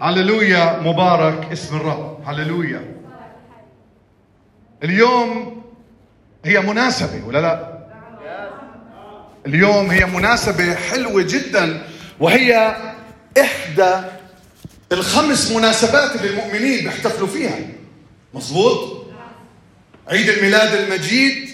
هللويا، مبارك اسم الرب. هللويا. اليوم هي مناسبة ولا لا؟ اليوم هي مناسبة حلوة جدا، وهي إحدى الخمس مناسبات اللي المؤمنين بيحتفلوا فيها. مظبوط؟ عيد الميلاد المجيد،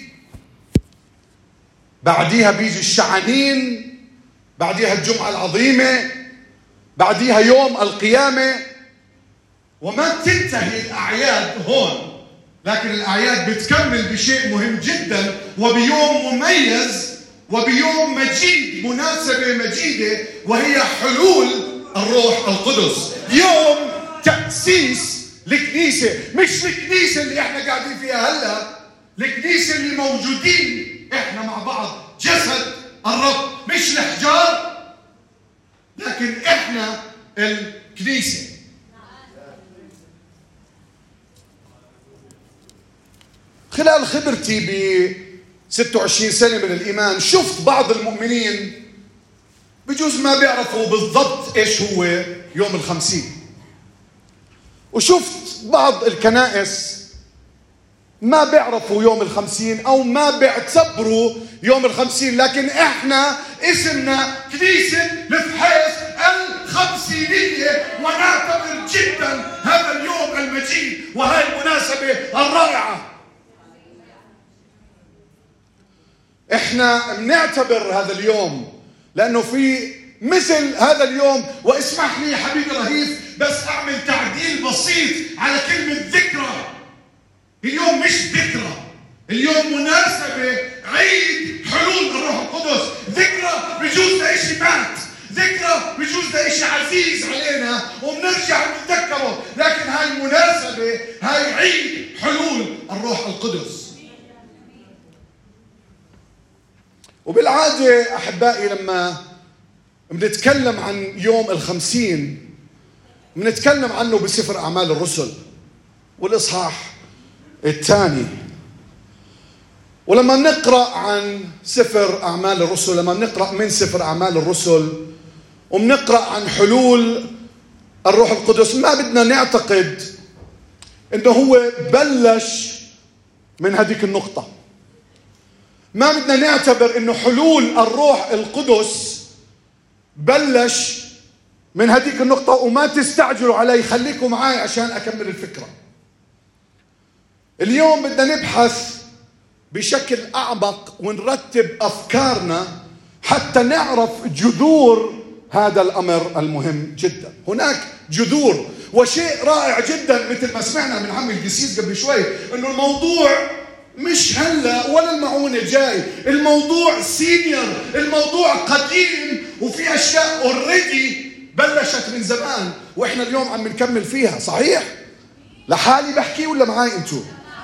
بعديها بيجي الشعانين، بعديها الجمعة العظيمة، بعديها يوم القيامة. وما تنتهي الأعياد هون، لكن الأعياد بتكمل بشيء مهم جدا، وبيوم مميز وبيوم مجيد، مناسبة مجيدة، وهي حلول الروح القدس. يوم تأسيس الكنيسة، مش الكنيسة اللي احنا قاعدين فيها هلا، الكنيسة اللي موجودين احنا مع بعض، جسد الرب، مش الحجار، لكن احنا الكنيسة. خلال خبرتي ب 26 سنة من الإيمان، شفت بعض المؤمنين بجوز ما بيعرفوا بالضبط إيش هو يوم الخمسين، وشفت بعض الكنائس ما بيعرفوا يوم الخمسين أو ما بيعتبروا يوم الخمسين، لكن إحنا اسمنا كنيسة الفحيص الخمسينية، ونعتبر جدا هذا اليوم المجيد وهي المناسبة الرائعة. احنا بنعتبر هذا اليوم لانه في مثل هذا اليوم. واسمح لي حبيبي رهيف بس اعمل تعديل بسيط على كلمة ذكرى. اليوم مش ذكرى، اليوم مناسبة عيد حلول الروح القدس. ذكرى بجوز لإشي مات، ذكرى بجوز لإشي عزيز علينا وبنرجع نتذكره، لكن هاي المناسبة، هاي عيد حلول الروح القدس. وبالعادة أحبائي لما بنتكلم عن يوم الخمسين بنتكلم عنه بسفر أعمال الرسل والإصحاح الثاني. ولما نقرأ عن سفر أعمال الرسل، لما نقرأ من سفر أعمال الرسل وبنقرأ عن حلول الروح القدس، ما بدنا نعتقد إنه هو بلش من هذيك النقطة. ما بدنا نعتبر إنه حلول الروح القدس بلش من هذيك النقطة. وما تستعجلوا علي، خليكم معي عشان أكمل الفكرة. اليوم بدنا نبحث بشكل أعمق ونرتب أفكارنا حتى نعرف جذور هذا الأمر المهم جدا. هناك جذور، وشيء رائع جدا مثل ما سمعنا من عم القسيس قبل شوي، إنه الموضوع مش هلا ولا المعونة الجاي، الموضوع سينيور، الموضوع قديم، وفي أشياء اوريدي بلشت من زمان وإحنا اليوم عم نكمل فيها. صحيح؟ لحالي بحكي ولا معاي أنتو؟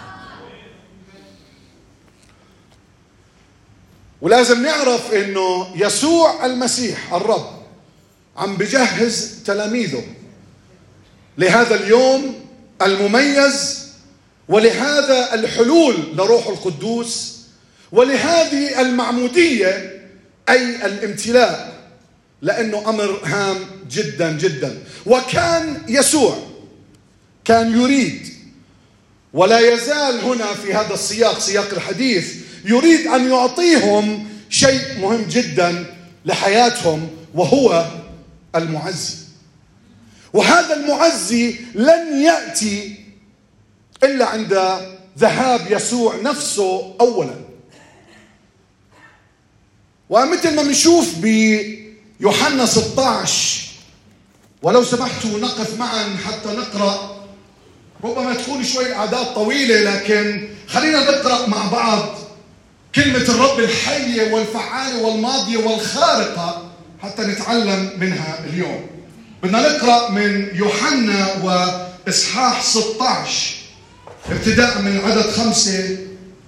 ولازم نعرف إنه يسوع المسيح الرب عم بجهز تلاميذه لهذا اليوم المميز، ولهذا الحلول لروح القدوس، ولهذه المعمودية أي الامتلاء، لأنه أمر هام جدا جدا. وكان يسوع كان يريد، ولا يزال هنا في هذا السياق، سياق الحديث، يريد أن يعطيهم شيء مهم جدا لحياتهم، وهو المعزي. وهذا المعزي لن يأتي إلا عند ذهاب يسوع نفسه أولا. ومثل ما بنشوف بيوحنا 16، ولو سمحتوا نقف معا حتى نقرأ. ربما تكون شوي الأعداد طويلة، لكن خلينا نقرأ مع بعض كلمة الرب الحية والفعالة والماضية والخارقة حتى نتعلم منها اليوم. بدنا نقرأ من يوحنا وإصحاح 16 ابتداء من عدد 5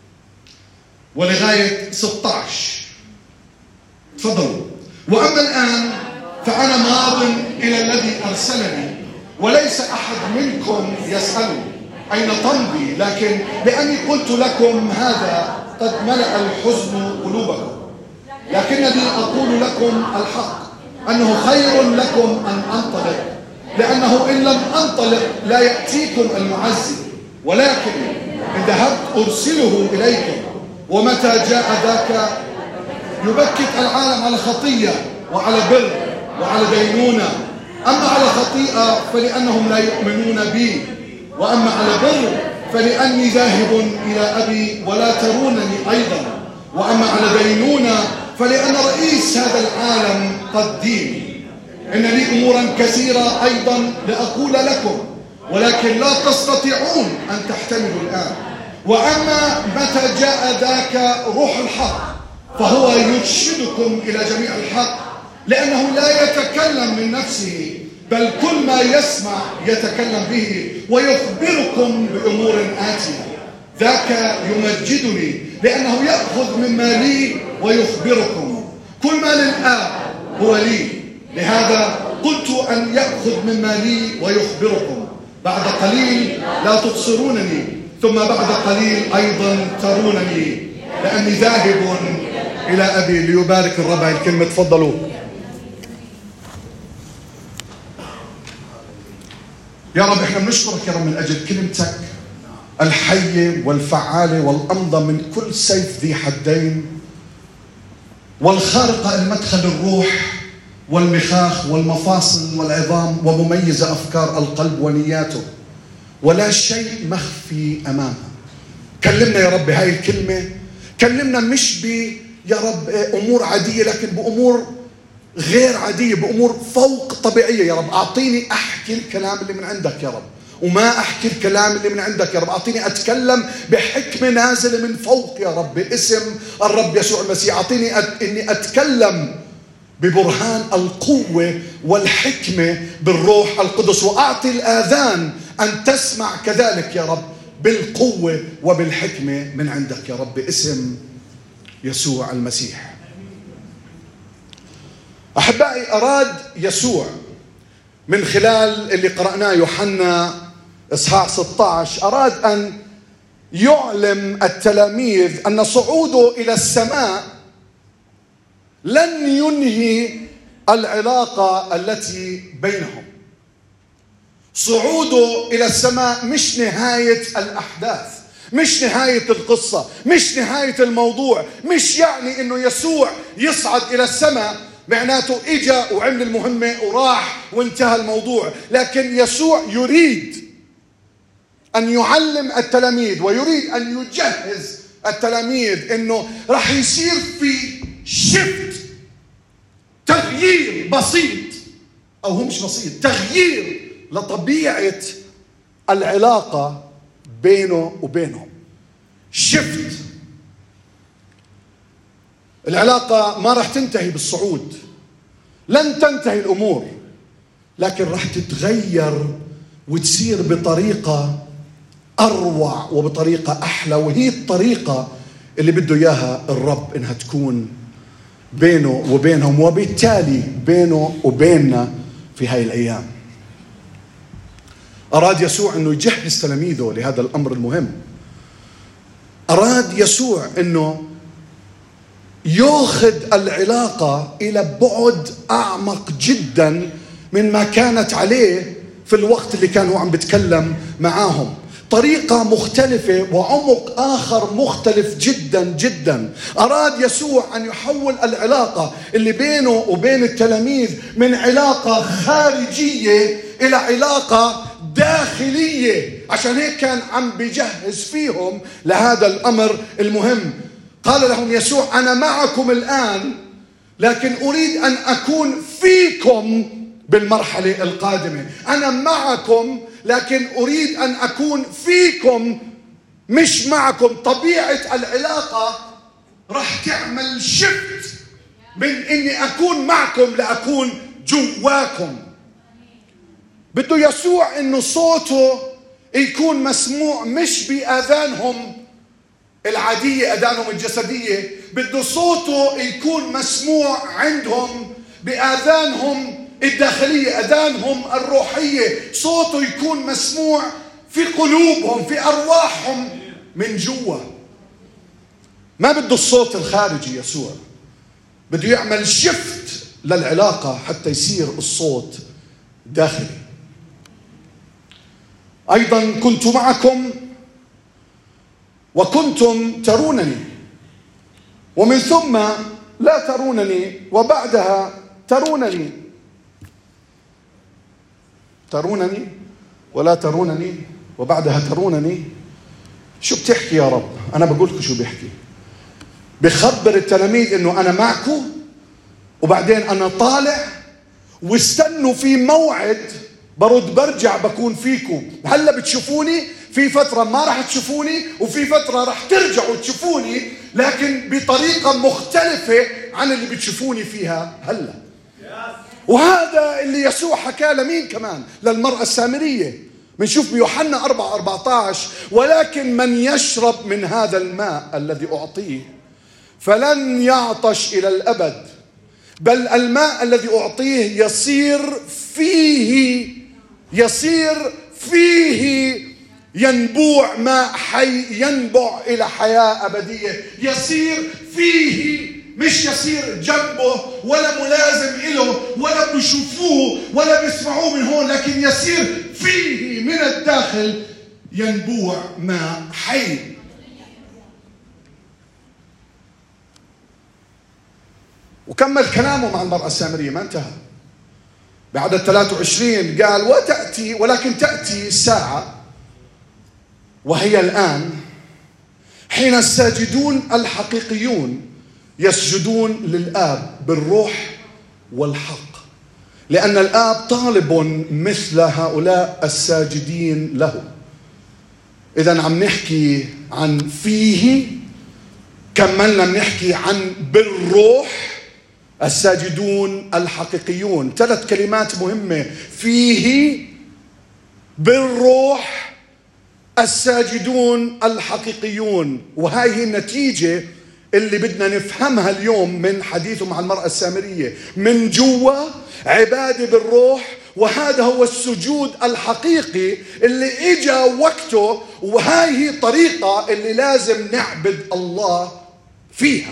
ولغاية 16. تفضلوا. وأما الآن فأنا ماض إلى الذي أرسلني، وليس أحد منكم يسألني أين تمضي، لكن لأني قلت لكم هذا قد ملأ الحزن قلوبكم. لكنني أقول لكم الحق أنه خير لكم أن أنطلق لأنه إن لم أنطلق لا يأتيكم المعزي، ولكن إن ذهبت أرسله إليكم. ومتى جاء ذاك يبكت العالم على خطية وعلى بر وعلى دينونة. أما على خطيئة فلأنهم لا يؤمنون بي، وأما على بر فلأني ذاهب إلى أبي ولا ترونني أيضا، وأما على دينونة فلأن رئيس هذا العالم قد دين. إن لي أمورا كثيرة أيضا لأقول لكم، ولكن لا تستطيعون أن تحتملوا الآن. وأما متى جاء ذاك روح الحق فهو يرشدكم إلى جميع الحق، لأنه لا يتكلم من نفسه، بل كل ما يسمع يتكلم به ويخبركم بأمور آتية. ذاك يمجدني لأنه يأخذ مما لي ويخبركم. كل ما للآب هو لي، لهذا قلت أن يأخذ مما لي ويخبركم. بعد قليل لا تبصرونني، ثم بعد قليل أيضا ترونني، لأني ذاهب إلى أبي. ليبارك الرب هذه الكلمة. تفضلوا. يا رب احنا بنشكرك يا رب من أجل كلمتك الحية والفعالة والأمضى من كل سيف ذي حدين، والخارقة المدخل الروح والمخاخ والمفاصل والعظام، ومميزة أفكار القلب ونياته، ولا شيء مخفي أمامها. كلمنا يا رب هاي الكلمة، كلمنا مش يا رب أمور عادية، لكن بأمور غير عادية، بأمور فوق طبيعية. يا رب أعطيني أحكي الكلام اللي من عندك يا رب، وما أحكي الكلام اللي من عندك يا رب. أعطيني أتكلم بحكمة نازلة من فوق يا رب، باسم الرب يسوع المسيح. أعطيني إني أتكلم ببرهان القوة والحكمة بالروح القدس، وأعطي الآذان أن تسمع كذلك يا رب بالقوة وبالحكمة من عندك يا رب، باسم يسوع المسيح. أحبائي، أراد يسوع من خلال اللي قرأناه يوحنا إصحاح 16، أراد أن يعلم التلاميذ أن صعوده إلى السماء لن ينهي العلاقة التي بينهم. صعوده إلى السماء مش نهاية الأحداث، مش نهاية القصة، مش نهاية الموضوع. مش يعني إنه يسوع يصعد إلى السماء معناته إجا وعمل المهمة وراح وانتهى الموضوع. لكن يسوع يريد أن يعلم التلاميذ ويريد أن يجهز التلاميذ إنه راح يصير في شفت، تغيير بسيط، أو هو مش بسيط، تغيير لطبيعة العلاقة بينه وبينهم. شفت. العلاقة ما راح تنتهي بالصعود، لن تنتهي الأمور، لكن راح تتغير وتصير بطريقة أروع وبطريقة أحلى، وهي الطريقة اللي بده إياها الرب إنها تكون بينه وبينهم، وبالتالي بينه وبيننا في هاي الأيام. أراد يسوع أنه يجهز تلاميذه لهذا الأمر المهم. أراد يسوع أنه يأخذ العلاقة إلى بعد أعمق جدا من ما كانت عليه في الوقت اللي كان هو عم بيتكلم معاهم. طريقة مختلفة وعمق آخر مختلف جدا جدا. أراد يسوع أن يحول العلاقة اللي بينه وبين التلاميذ من علاقة خارجية إلى علاقة داخلية. عشان هيك كان عم بيجهز فيهم لهذا الأمر المهم. قال لهم يسوع: أنا معكم الآن، لكن أريد أن أكون فيكم بالمرحلة القادمة. أنا معكم لكن أريد أن أكون فيكم، مش معكم. طبيعة العلاقة راح تعمل شفت من إني أكون معكم لأكون جواكم. بده يسوع إنه صوته يكون مسموع مش بآذانهم العادية، آذانهم الجسدية. بده صوته يكون مسموع عندهم بآذانهم الداخلية، آذانهم الروحية. صوته يكون مسموع في قلوبهم، في أرواحهم من جوا. ما بده الصوت الخارجي. يسوع بده يعمل شفت للعلاقة حتى يصير الصوت داخلي. أيضا كنت معكم وكنتم ترونني، ومن ثم لا ترونني وبعدها ترونني. ترونني ولا ترونني وبعدها ترونني. شو بتحكي يا رب؟ أنا بقولكم شو بيحكي. بخبر التلاميذ إنه أنا معكم، وبعدين أنا طالع، واستنوا في موعد برجع بكون فيكم. هلا بتشوفوني، في فترة ما راح تشوفوني، وفي فترة راح ترجعوا تشوفوني، لكن بطريقة مختلفة عن اللي بتشوفوني فيها هلا. وهذا اللي يسوع حكاه لمين كمان؟ للمرأة السامرية. بنشوف بيوحنا 4:14: ولكن من يشرب من هذا الماء الذي أعطيه فلن يعطش إلى الأبد، بل الماء الذي أعطيه يصير فيه ينبوع ماء حي، ينبع إلى حياة أبدية. يصير فيه، مش يصير جنبه ولا ملازم إله ولا بيشوفوه ولا بيسمعوه من هون، لكن يصير فيه من الداخل ينبوع ماء حي. وكمل كلامه مع المرأة السامرية، ما انتهى. بعدد 23 قال: ولكن تأتي الساعة وهي الآن حين الساجدون الحقيقيون يسجدون للآب بالروح والحق، لأن الآب طالب مثل هؤلاء الساجدين له. إذن عم نحكي عن فيه، كملنا بنحكي عن بالروح، الساجدون الحقيقيون. 3 كلمات مهمة: فيه، بالروح، الساجدون الحقيقيون. وهاي هي النتيجة اللي بدنا نفهمها اليوم من حديثه مع المرأة السامرية. من جوا عبادة بالروح، وهذا هو السجود الحقيقي اللي اجا وقته، وهاي هي الطريقة اللي لازم نعبد الله فيها.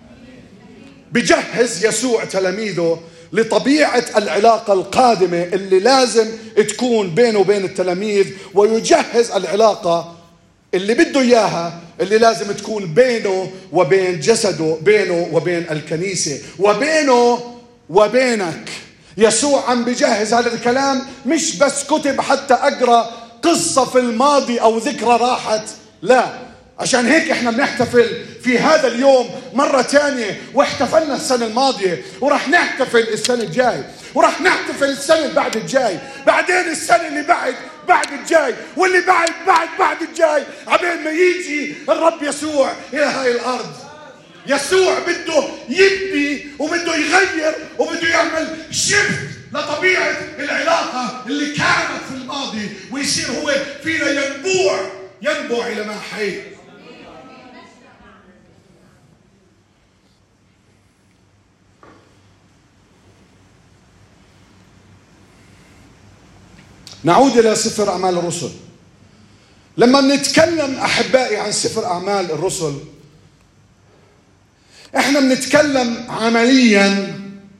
بجهز يسوع تلاميذه لطبيعة العلاقة القادمة اللي لازم تكون بينه وبين التلاميذ، ويجهز العلاقة اللي بده إياها اللي لازم تكون بينه وبين جسده، بينه وبين الكنيسة، وبينه وبينك. يسوع عم بجهز هذا الكلام، مش بس كتب حتى أقرأ قصة في الماضي أو ذكرى راحت، لا. عشان هيك احنا بنحتفل في هذا اليوم مرة تانية، واحتفلنا السنة الماضية، ورح نحتفل السنة الجاي، ورح نحتفل السنة اللي بعد الجاي، بعدين السنة اللي بعد الجاي، واللي بعد الجاي، عبين ما يجي الرب يسوع إلى هاي الأرض. يسوع بده يبني وبده يغير وبده يعمل شفت لطبيعة العلاقة اللي كانت في الماضي، ويصير هو فينا ينبوع إلى ماء حي. نعود إلى سفر أعمال الرسل. لما نتكلم أحبائي عن سفر أعمال الرسل، احنا بنتكلم عمليا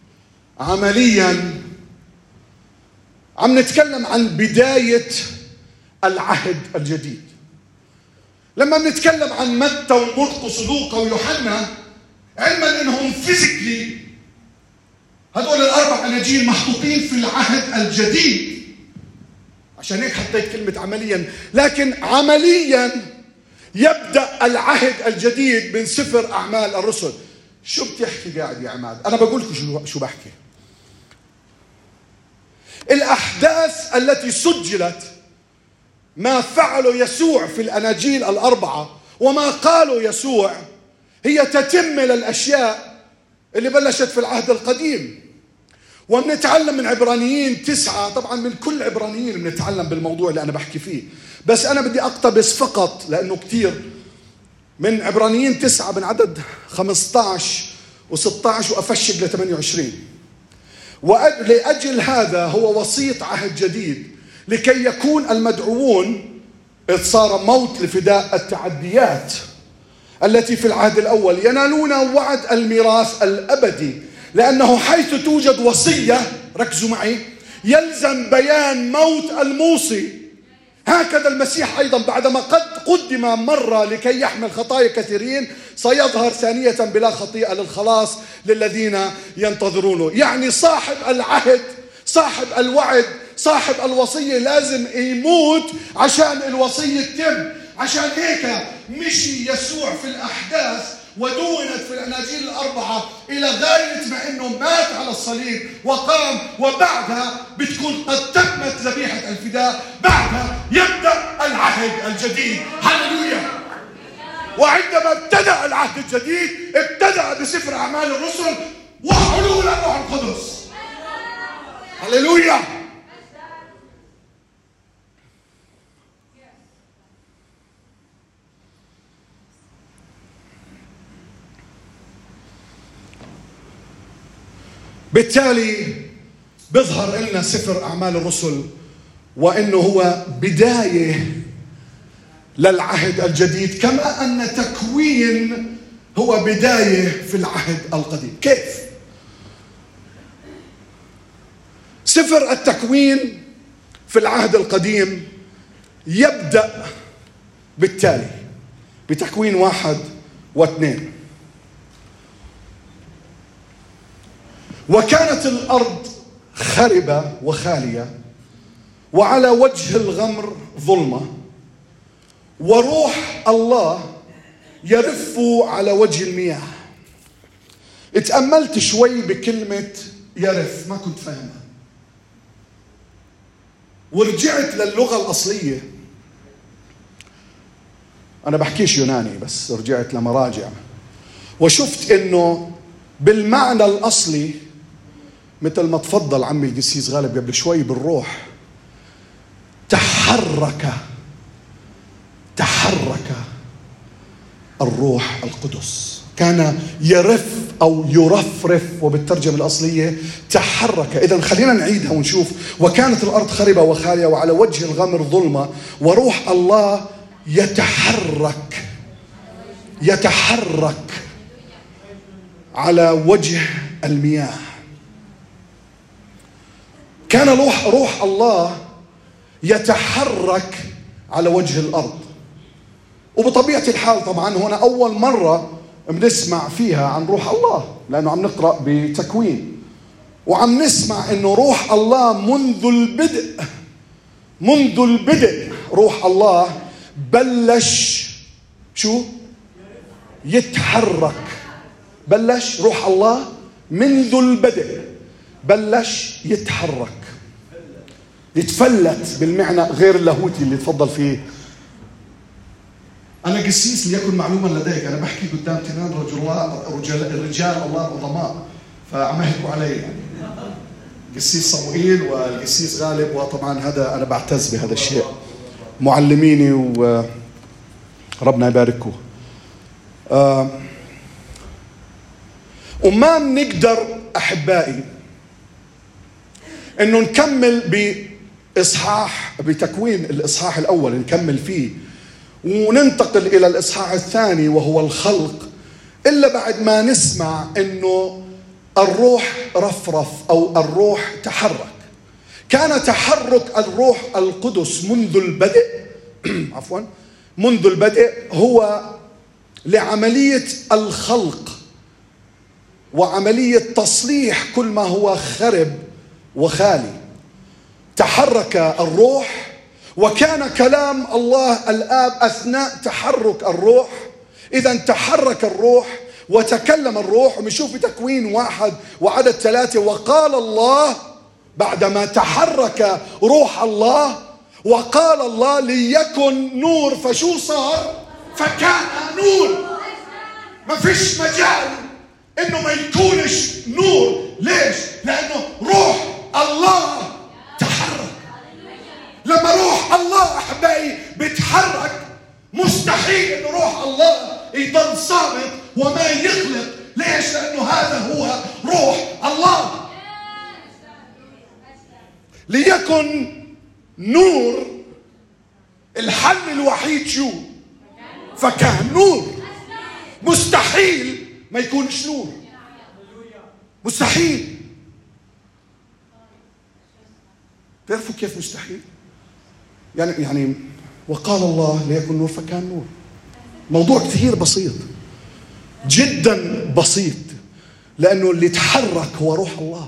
عم نتكلم عن بداية العهد الجديد. لما بنتكلم عن متى ومرقس ولوقا ويوحنا، علما انهم فيزيكلي هذول الاربع اناجيل محطوطين في العهد الجديد، عشان هيك حطيت كلمة عمليا. لكن عمليا يبدأ العهد الجديد من سفر أعمال الرسل. شو بتحكي قاعد يا عماد؟ أنا بقول لكم شو بحكي. الأحداث التي سجلت، ما فعله يسوع في الأناجيل الأربعة وما قاله يسوع، هي تتمة للأشياء اللي بلشت في العهد القديم. وبنتعلم من عبرانيين 9، طبعا من كل عبرانيين بنتعلم بالموضوع اللي أنا بحكي فيه، بس أنا بدي أقتبس فقط لأنه كتير، من عبرانيين 9 من عدد 15 و16 وأفشق ل 28. ولأجل هذا هو وسيط عهد جديد، لكي يكون المدعوون صار موت لفداء التعديات التي في العهد الأول ينالون وعد الميراث الأبدي، لأنه حيث توجد وصية، ركزوا معي، يلزم بيان موت الموصي، هكذا المسيح أيضا بعدما قد قدم مرة لكي يحمل خطايا كثيرين سيظهر ثانية بلا خطيئة للخلاص للذين ينتظرونه. يعني صاحب العهد، صاحب الوعد، صاحب الوصية لازم يموت عشان الوصية تتم. عشان هيك مشي يسوع في الأحداث ودونت في الأناجيل الأربعة إلى غاية ما أنه مات على الصليب وقام، وبعدها بتكون قد تمت ذبيحة الفداء، بعدها يبدأ العهد الجديد. هللويا. وعندما ابتدأ العهد الجديد ابتدأ بسفر أعمال الرسل وحلول الروح القدس. هللويا. بالتالي بيظهر لنا سفر أعمال الرسل وإنه هو بداية للعهد الجديد، كما أن تكوين هو بداية في العهد القديم. كيف؟ سفر التكوين في العهد القديم يبدأ بالتالي بتكوين 1 و2: وكانت الأرض خربة وخالية وعلى وجه الغمر ظلمة وروح الله يرف على وجه المياه. اتأملت شوي بكلمة يرف، ما كنت فاهمها، ورجعت للغة الأصلية. أنا بحكيش يوناني بس رجعت لمراجع وشفت إنه بالمعنى الأصلي مثل ما تفضل عمي القسيس غالب قبل شوي بالروح، تحرك الروح القدس. كان يرف أو يرفرف، وبالترجمة الأصلية تحرك. إذن خلينا نعيدها ونشوف: وكانت الأرض خربة وخالية وعلى وجه الغمر ظلمة وروح الله يتحرك على وجه المياه. كان روح الله يتحرك على وجه الأرض. وبطبيعة الحال طبعا هنا أول مرة بنسمع فيها عن روح الله، لأنه عم نقرأ بتكوين وعم نسمع أنه روح الله منذ البدء روح الله بلش شو؟ يتحرك. بلش روح الله منذ البدء بلش يتحرك، يتفلت بالمعنى غير اللاهوتي اللي تفضل فيه. أنا قسيس ليكن معلوما لديك، أنا بحكي قدام 2 رجال الله عظماء، فعم يحكوا علي يعني قسيس صموئيل والقسيس غالب، وطبعا هذا أنا بعتز بهذا الشيء، معلميني وربنا يباركه. وما بنقدر أحبائي إنه نكمل بتكوين الإصحاح الأول، نكمل فيه وننتقل إلى الإصحاح الثاني وهو الخلق، إلا بعد ما نسمع إنه الروح رفرف أو الروح تحرك. كان تحرك الروح القدس منذ البدء منذ البدء هو لعملية الخلق وعملية تصليح كل ما هو خرب وخالي. تحرك الروح، وكان كلام الله الآب أثناء تحرك الروح. إذا تحرك الروح وتكلم الروح. وبنشوف بتكوين 1 وعدد 3: وقال الله، بعدما تحرك روح الله وقال الله ليكن نور، فشو صار؟ فكان نور. ما فيش مجال انه ما يكونش نور. ليش؟ لانه روح الله تحرك. لما روح الله احبائي بيتحرك مستحيل انه روح الله يضل صامت وما يخلق. ليش؟ لانه هذا هو روح الله. ليكن نور، الحل الوحيد شو؟ فكان نور. مستحيل ما يكونش نور، مستحيل. تعرفوا كيف مستحيل؟ يعني وقال الله ليكن نور فكان نور. موضوع كثير بسيط جدا بسيط، لأنه اللي تحرك هو روح الله.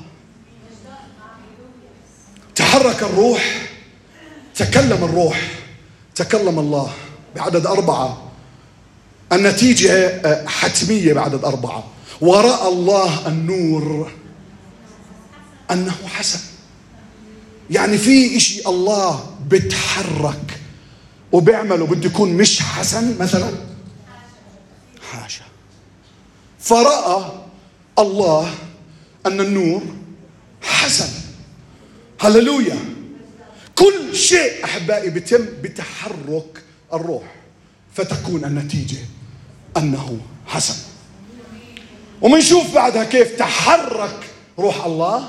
تحرك الروح، تكلم الروح، تكلم الله. بعدد 4 النتيجة حتمية. بعدد 4 ورأى الله النور أنه حسن. يعني في إشي الله بتحرك وبيعمله بده يكون مش حسن مثلا، حاشا. فرأى الله أن النور حسن. هللويا. كل شيء أحبائي بيتم بتحرك الروح، فتكون النتيجة أنه حسن. ومنشوف بعدها كيف تحرك روح الله،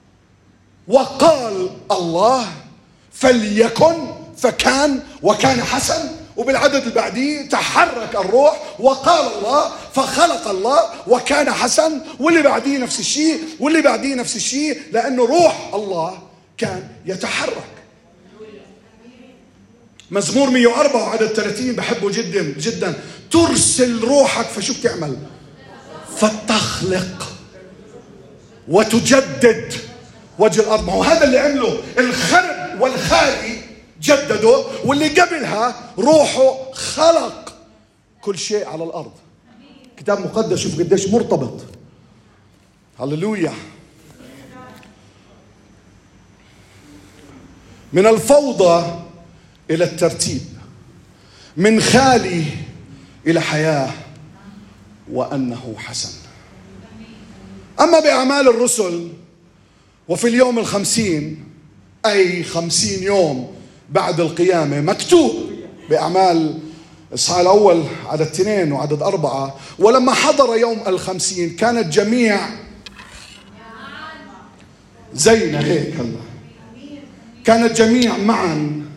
وقال الله فليكن فكان وكان حسن. وبالعدد اللي بعديه تحرك الروح وقال الله فخلق الله وكان حسن. واللي بعديه نفس الشيء، واللي بعديه نفس الشيء، لأنه روح الله كان يتحرك. مزمور 104 وعدد 30 بحبه جدا جدا. ترسل روحك فشو بتعمل؟ فتخلق وتجدد وجه الأرض. ما هو هذا اللي عمله الخرب والخالي، جدده. واللي قبلها روحه خلق كل شيء على الأرض. كتاب مقدس شوف قديش مرتبط. هللويا. من الفوضى إلى الترتيب، من خالي إلى حياة، وأنه حسن. أما بأعمال الرسل وفي اليوم 50، أي 50 يوم بعد القيامة، مكتوب بأعمال الإصحاح الأول عدد 2 وعدد 4: ولما حضر يوم 50 كانت جميع زينا هيك هلا، كانت جميع معا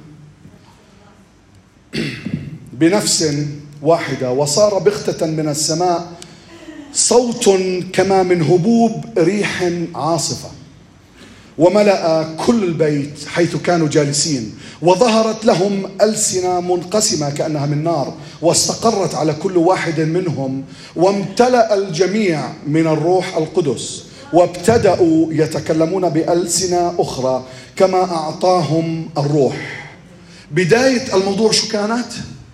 بنفس واحدة، وصار بغتة من السماء صوت كما من هبوب ريح عاصفة، وملأ كل البيت حيث كانوا جالسين، وظهرت لهم ألسنة منقسمة كأنها من نار، واستقرت على كل واحد منهم، وامتلأ الجميع من الروح القدس، وابتدأوا يتكلمون بألسنة أخرى كما أعطاهم الروح. بداية الموضوع شو كانت؟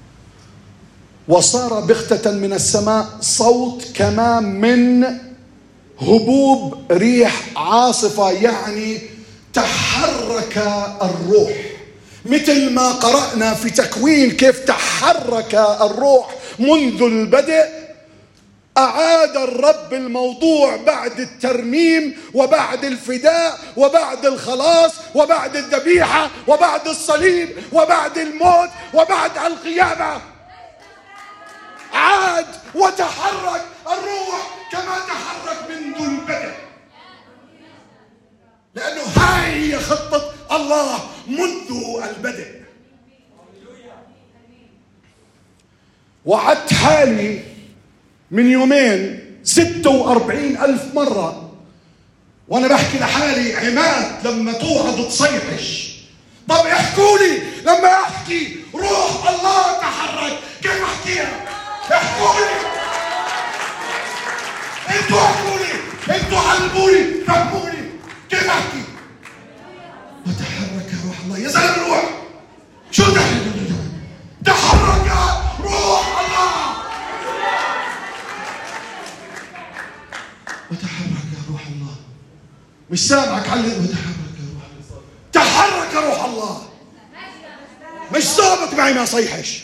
وصار بغتة من السماء صوت كما من هبوب ريح عاصفة، يعني تحرك الروح. مثل ما قرأنا في تكوين كيف تحرك الروح منذ البدء، أعاد الرب الموضوع بعد الترميم وبعد الفداء وبعد الخلاص وبعد الذبيحة وبعد الصليب وبعد الموت وبعد القيامة. عاد وتحرك الروح كما تحرك منذ البدء، لأنه هاي هي خطة الله منذ البدء. وعدت حالي من يومين 46,000 مرة وأنا بحكي لحالي: عماد لما توعد تصيحش. طب احكوا لي لما أحكي روح الله تحرك كيف أحكيها؟ احكوا لي انتوا، احكوا لي انتوا، علموني، فهموني كيف احكي. وتحرك روح الله. يا زلمه روح شو تحرك روح الله، وتحرك روح الله. مش سامعك علي. وتحرك روح الله، تحرك روح الله. مش ظابط معي ما صيحش.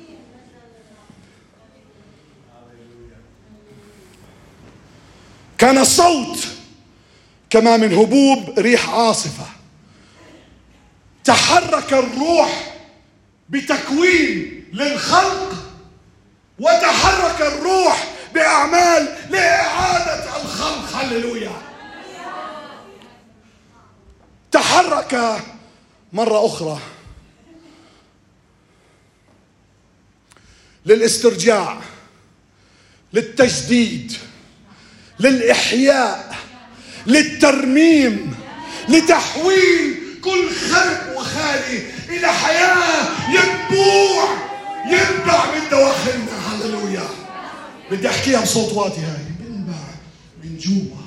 كان الصوت كما من هبوب ريح عاصفة. تحرك الروح بتكوين للخلق، وتحرك الروح بأعمال لإعادة الخلق. هللويا. تحرك مرة أخرى للاسترجاع، للتجديد، للإحياء، للترميم، لتحويل كل خرب وخالي إلى حياة ينبع من دواخلنا. هللويا. بدي أحكيها بصوت واطي، هاي بينبع من جوا.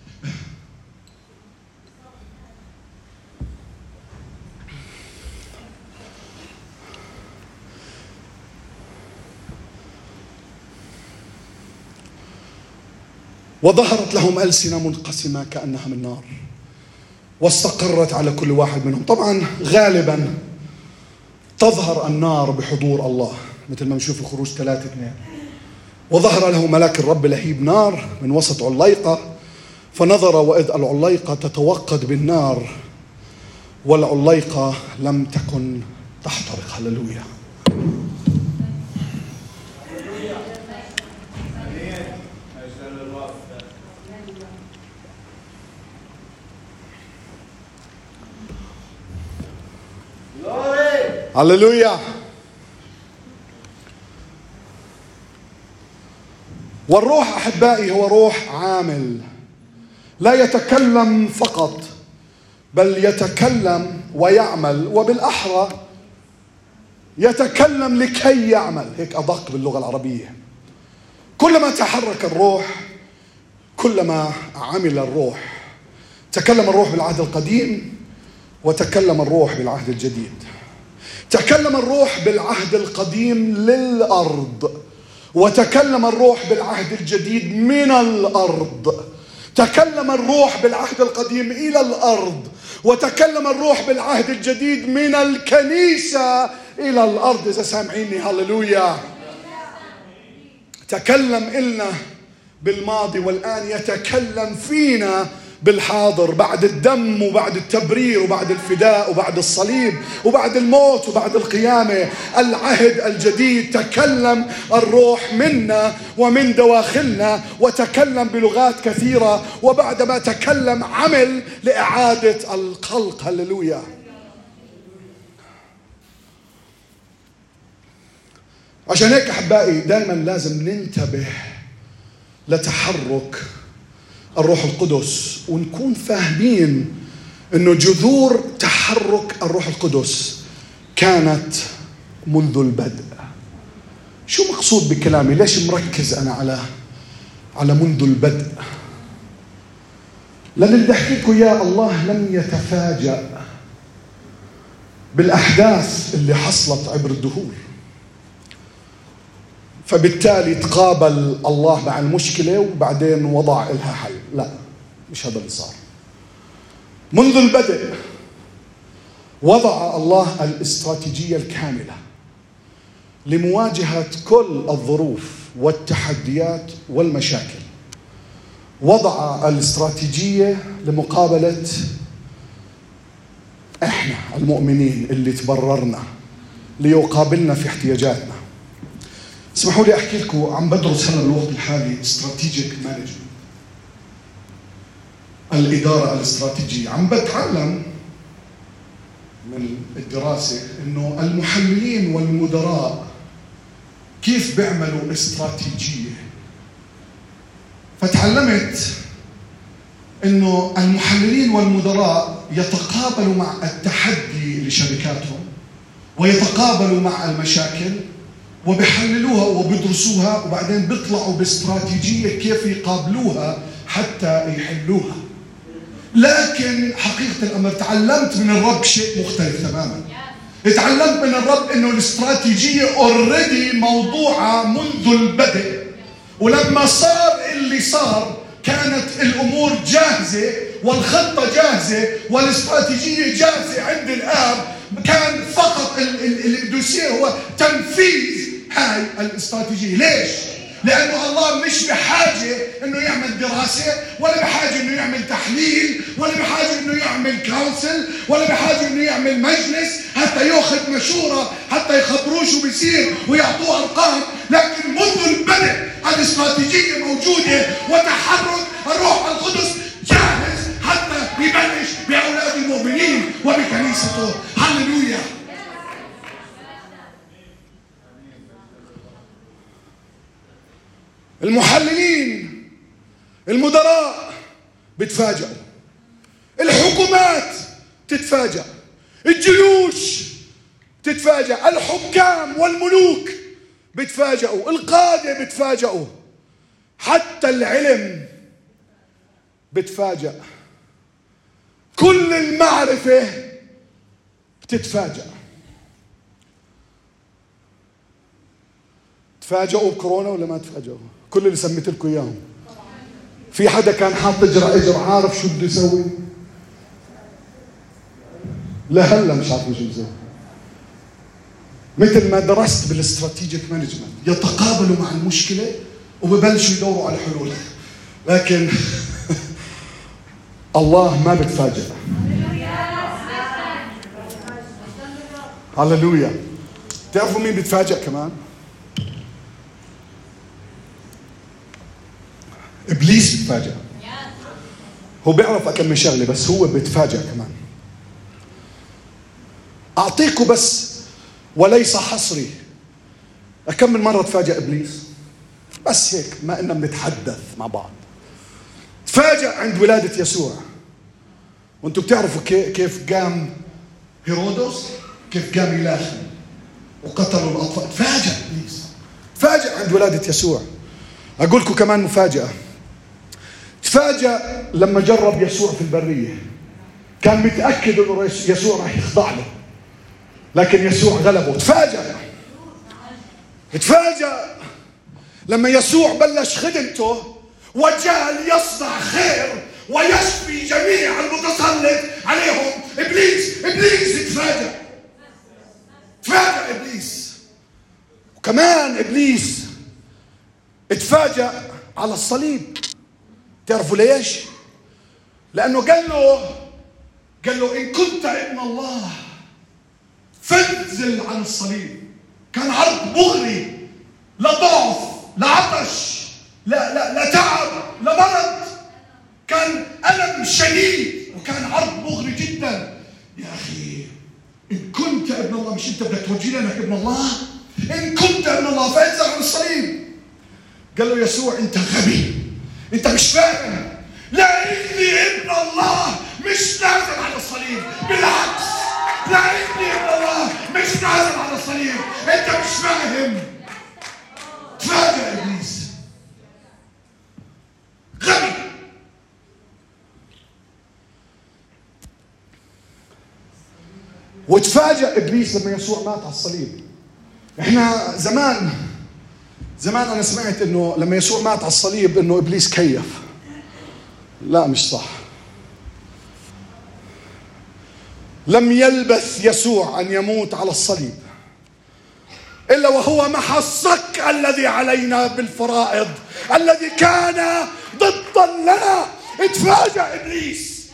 وظهرت لهم ألسنة منقسمة كأنها من نار واستقرت على كل واحد منهم. طبعا غالبا تظهر النار بحضور الله، مثل ما نشوف في خروج 3:2. وظهر له ملاك الرب لهيب نار من وسط عليقة، فنظر وإذ العليقة تتوقد بالنار والعليقة لم تكن تحترق. هللويا. هللويا. والروح أحبائي هو روح عامل، لا يتكلم فقط بل يتكلم ويعمل، وبالأحرى يتكلم لكي يعمل. هيك أدق باللغة العربية. كلما تحرك الروح كلما عمل الروح. تكلم الروح بالعهد القديم وتكلم الروح بالعهد الجديد. تكلم الروح بالعهد القديم للأرض، وتكلم الروح بالعهد الجديد من الأرض. تكلم الروح بالعهد القديم إلى الأرض، وتكلم الروح بالعهد الجديد من الكنيسة إلى الأرض. إذا سامعيني هللويا. تكلم إلنا بالماضي والآن يتكلم فينا بالحاضر، بعد الدم وبعد التبرير وبعد الفداء وبعد الصليب وبعد الموت وبعد القيامة. العهد الجديد تكلم الروح منا ومن دواخلنا، وتكلم بلغات كثيرة، وبعدما تكلم عمل لإعادة الخلق. هللويا. عشان هيك أحبائي دائما لازم ننتبه لتحرك الروح القدس، ونكون فاهمين انه جذور تحرك الروح القدس كانت منذ البدء. شو مقصود بكلامي؟ ليش مركز انا على منذ البدء؟ لان اللي بحكي لكم اياه الله لم يتفاجأ بالاحداث اللي حصلت عبر الدهور، فبالتالي تقابل الله مع المشكلة وبعدين وضع لها حل. لا، مش هذا اللي صار. منذ البدء وضع الله الاستراتيجية الكاملة لمواجهة كل الظروف والتحديات والمشاكل. وضع الاستراتيجية لمقابلة احنا المؤمنين اللي تبررنا، ليقابلنا في احتياجاتنا. اسمحوا لي احكي لكم، عم بدرس هلا الوقت الحالي استراتيجيك مانجمنت، الاداره الاستراتيجيه. عم بتعلم من الدراسه انه المحللين والمدراء كيف بيعملوا استراتيجيه. فتعلمت انه المحللين والمدراء يتقابلوا مع التحدي لشركاتهم، ويتقابلوا مع المشاكل وبيحللوها وبيدرسوها، وبعدين بيطلعوا باستراتيجية كيف يقابلوها حتى يحلوها. لكن حقيقة الأمر تعلمت من الرب شيء مختلف تماما. تعلمت من الرب إنه الاستراتيجية اوريدي موضوعة منذ البدء، ولما صار اللي صار كانت الأمور جاهزة والخطة جاهزة والاستراتيجية جاهزة عند الآب. كان فقط اللي بده يصير هو تنفيذ هاي الاستراتيجية. ليش؟ لأنه الله مش بحاجة إنه يعمل دراسة، ولا بحاجة إنه يعمل تحليل، ولا بحاجة إنه يعمل كونسل، ولا بحاجة إنه يعمل مجلس حتى يأخذ مشورة، حتى يخبروه شو بيصير ويعطوه أرقام. لكن منذ البدء الاستراتيجية موجودة، وتحرك الروح القدس جاهز حتى يبلش بأولاد المؤمنين وبكنيسته. هللويا. المحللين المدراء بتفاجئوا، الحكومات تتفاجأ، الجيوش تتفاجأ، الحكام والملوك بتفاجئوا، القادة بتفاجئوا، حتى العلم بتفاجأ، كل المعرفة بتتفاجأ. تفاجئوا بكورونا ولا ما تفاجئوا؟ كل اللي سميت لكم اياهم. في حدا كان حاط اجر عارف شو بده يسوي؟ لهلا مش عارف شو يسوي. مثل ما درست بالاستراتيجيك مانجمنت، يتقابلوا مع المشكله وببلشوا يدوروا على حلول، لكن الله ما بتفاجئ. هللويا. تعرفوا مين بتفاجئ كمان؟ ابليس بتفاجئ. هو بيعرف اكمل شغله بس هو بتفاجئ كمان. اعطيكم بس وليس حصري. أكمل مرة تفاجأ إبليس بس هيك ما إننا بنتحدث مع بعض. تفاجأ عند ولادة يسوع. وانتم بتعرفوا كيف قام هيرودس، كيف قام يلاخم وقتلوا الأطفال. تفاجأ إبليس، تفاجأ عند ولادة يسوع. أقول لكم كمان مفاجأة. تفاجأ لما جرب يسوع في البرية، كان متأكد إنه يسوع راح يخضع له، لكن يسوع غلبه. تفاجأ لما يسوع بلش خدمته وجعل يصنع خير ويشفي جميع المتسلط عليهم. إبليس تفاجأ إبليس. وكمان إبليس اتفاجأ على الصليب. تعرفوا ليش؟ لأنه قال له إن كنت ابن الله فانزل عن الصليب. كان عرض مغري، لا ضعف، لا عطش، لا تعب، لا مرض، كان ألم شديد، وكان عرض مغري جدا. يا أخي إن كنت ابن الله، مش أنت بدك توجي لنا ابن الله؟ إن كنت ابن الله فانزل عن الصليب. قال له يسوع أنت غبي، أنت مش فاهم، لأني ابن الله مش نازل على الصليب، بالعكس لأني ابن الله مش نازل على الصليب، أنت مش فاهم. تفاجأ إبليس، غبي. وتفاجأ إبليس لما يسوع مات على الصليب. إحنا زمان أنا سمعت إنه لما يسوع مات على الصليب إنه إبليس كيف. لا، مش صح. لم يلبث يسوع أن يموت على الصليب إلا وهو محى الصك الذي علينا بالفرائض الذي كان ضدا لنا. اتفاجأ إبليس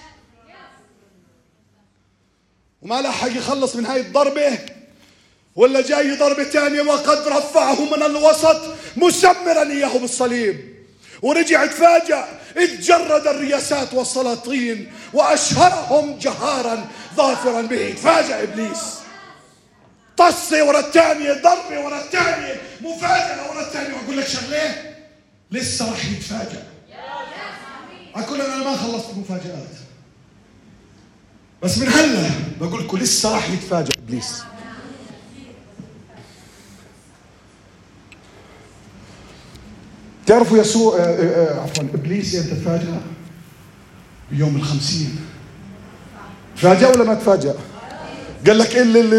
وما لحق يخلص من هاي الضربة، ولا جاي ضربة ثانية وقد رفعه من الوسط مسمرا إياه بالصليب. ورجع تفاجأ، اتجرد الرياسات والسلاطين وأشهرهم جهارا ظافرا به. تفاجأ إبليس، طصة ورا الثانية، ضربة ورا الثانية، مفاجأة ورا الثانية. وأقول لك شغلة، لسه راح يتفاجأ. أقول أنا ما خلصت المفاجآت، بس من هلا بقول لكم لسه راح يتفاجأ إبليس. تعرفوا يسوع إبليس يتفاجأ بيوم 50. تفاجأ ولا ما تفاجأ؟ قال لك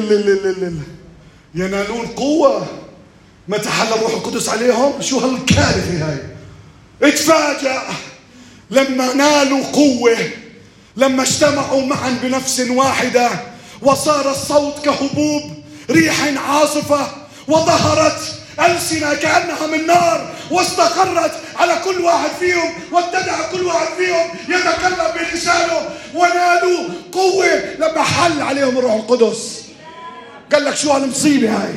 ينالون قوة متى حل الروح القدس عليهم. شو هالكارثة هاي؟ اتفاجأ لما نالوا قوة، لما اجتمعوا معا بنفس واحدة، وصار الصوت كهبوب ريح عاصفة، وظهرت ألسنة كأنها من نار، واستقرت على كل واحد فيهم، وابتدأ كل واحد فيهم يتكلم بلسانه، ونالوا قوة لما حل عليهم الروح القدس. قال لك شو هالمصيبة هاي؟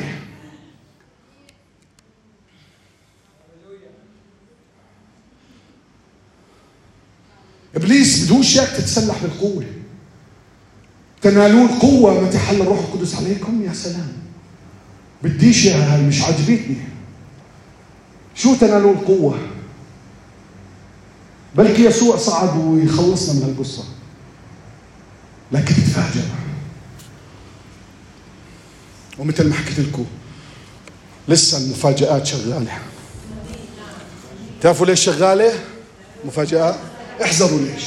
إبليس بدوش إياك تتسلح بالقوة. تنالون قوة متى حل الروح القدس عليكم. يا سلام، بديش اياها هاي، مش عجبتني. شو تنالوا القوة؟ بلكي يسوع صعد ويخلصنا من هالقصة. لكن تتفاجأ. ومثل ما حكيت لكم لسه المفاجآت شغالة. تعرفوا ليش شغالة مفاجآت؟ احذروا ليش.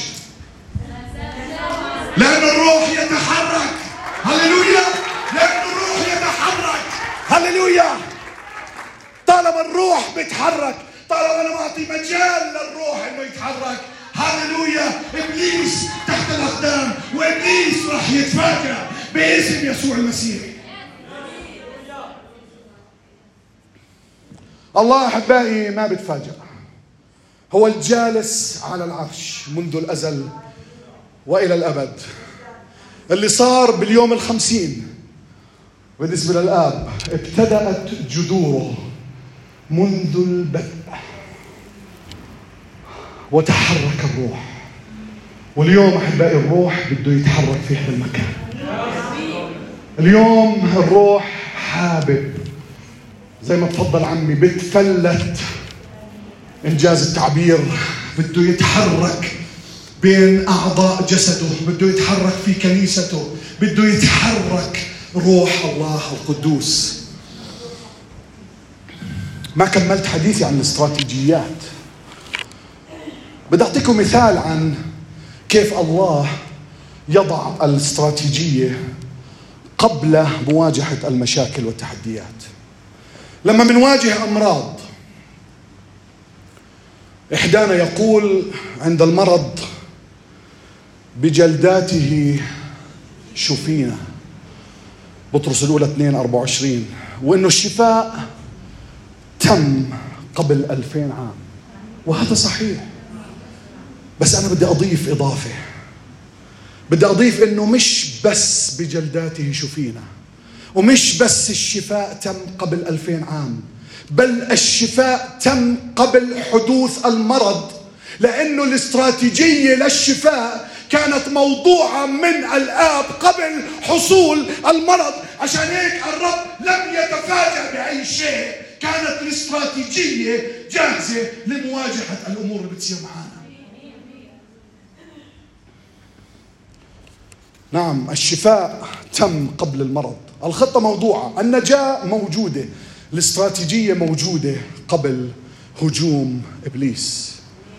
لأن الروح يتحرك. هللويا. لأن الروح يتحرك. هللويا. طالما الروح بيتحرك، طالما أنا معطي مجال للروح إنه يتحرك، هللويا، إبليس تحت الأقدام، وإبليس راح يتفاجأ باسم يسوع المسيح. الله أحبائي ما بتفاجأ، هو الجالس على العرش منذ الأزل وإلى الأبد. اللي صار باليوم 50 بالنسبة للآب ابتدأت جذوره منذ البدء، وتحرك الروح. واليوم أحبائي الروح بده يتحرك في هذا المكان. اليوم الروح حابب زي ما تفضل عمي بتفلت إنجاز التعبير، بده يتحرك بين أعضاء جسده، بده يتحرك في كنيسته، بده يتحرك روح الله القدوس. ما كملت حديثي عن الاستراتيجيات. بدي أعطيكم مثال عن كيف الله يضع الاستراتيجية قبل مواجهة المشاكل والتحديات. لما بنواجه أمراض، إحدانا يقول عند المرض بجلداته شفينا، بطرس الأولى 2:24، وإنه الشفاء تم قبل 2000 عام. وهذا صحيح، بس أنا بدي أضيف إضافة. بدي أضيف إنه مش بس بجلداته شفينا، ومش بس الشفاء تم قبل 2000 عام، بل الشفاء تم قبل حدوث المرض، لأنه الاستراتيجية للشفاء كانت موضوعة من الآب قبل حصول المرض. عشان هيك الرب لم يتفاجأ بأي شيء، كانت الاستراتيجية جاهزة لمواجهة الأمور اللي بتصير معانا. نعم، الشفاء تم قبل المرض، الخطة موضوعة، النجاة موجودة، الاستراتيجية موجودة قبل هجوم إبليس.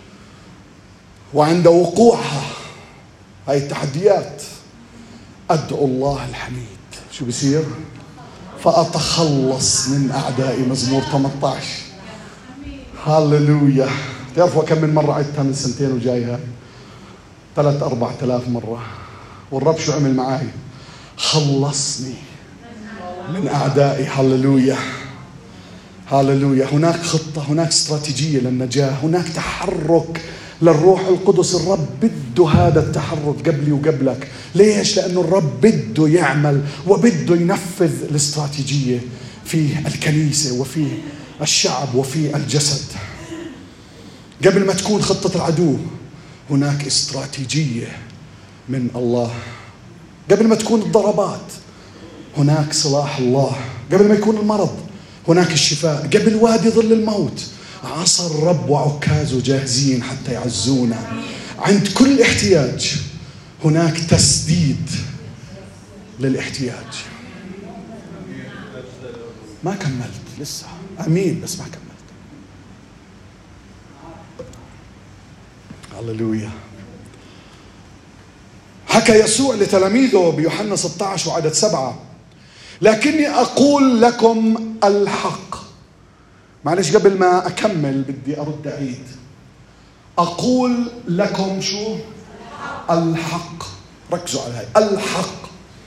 وعند وقوعها هاي التحديات أدعو الله الحميد. شو بيصير؟ فأتخلص من أعدائي، مزمور 18. هاللويا. تعرفوا كم من مرة عدتها من سنتين وجايها؟ 3-4 آلاف مرة. والرب شو عمل معاي؟ خلصني من أعدائي. هاللويا هاللويا. هناك خطة، هناك استراتيجية للنجاة، هناك تحرك للروح القدس. الرب بده هذا التحرك قبلي وقبلك. ليش؟ لأنه الرب بده يعمل وبده ينفذ الاستراتيجية في الكنيسة وفي الشعب وفي الجسد. قبل ما تكون خطة العدو هناك استراتيجية من الله. قبل ما تكون الضربات هناك صلاح الله. قبل ما يكون المرض هناك الشفاء. قبل وادي ظل الموت عصا الرب وعكازه جاهزين حتى يعزونا. عند كل احتياج هناك تسديد للاحتياج. ما كملت لسه. امين، بس ما كملت. هللويا. حكى يسوع لتلاميذه بيوحنا 16 وعدد 7: لكني أقول لكم الحق. معلش قبل ما أكمل بدي أرد أعيد. أقول لكم شو؟ الحق. ركزوا على هاي الحق،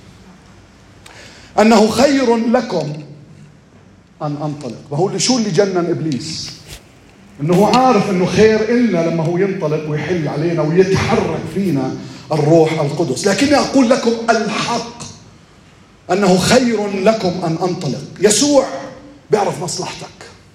أنه خير لكم أن أنطلق. وهو شو اللي جنن إبليس؟ أنه هو عارف أنه خير إلنا لما هو ينطلق ويحل علينا ويتحرك فينا الروح القدس. لكني أقول لكم الحق، أنه خير لكم أن أنطلق. يسوع بيعرف مصلحتك،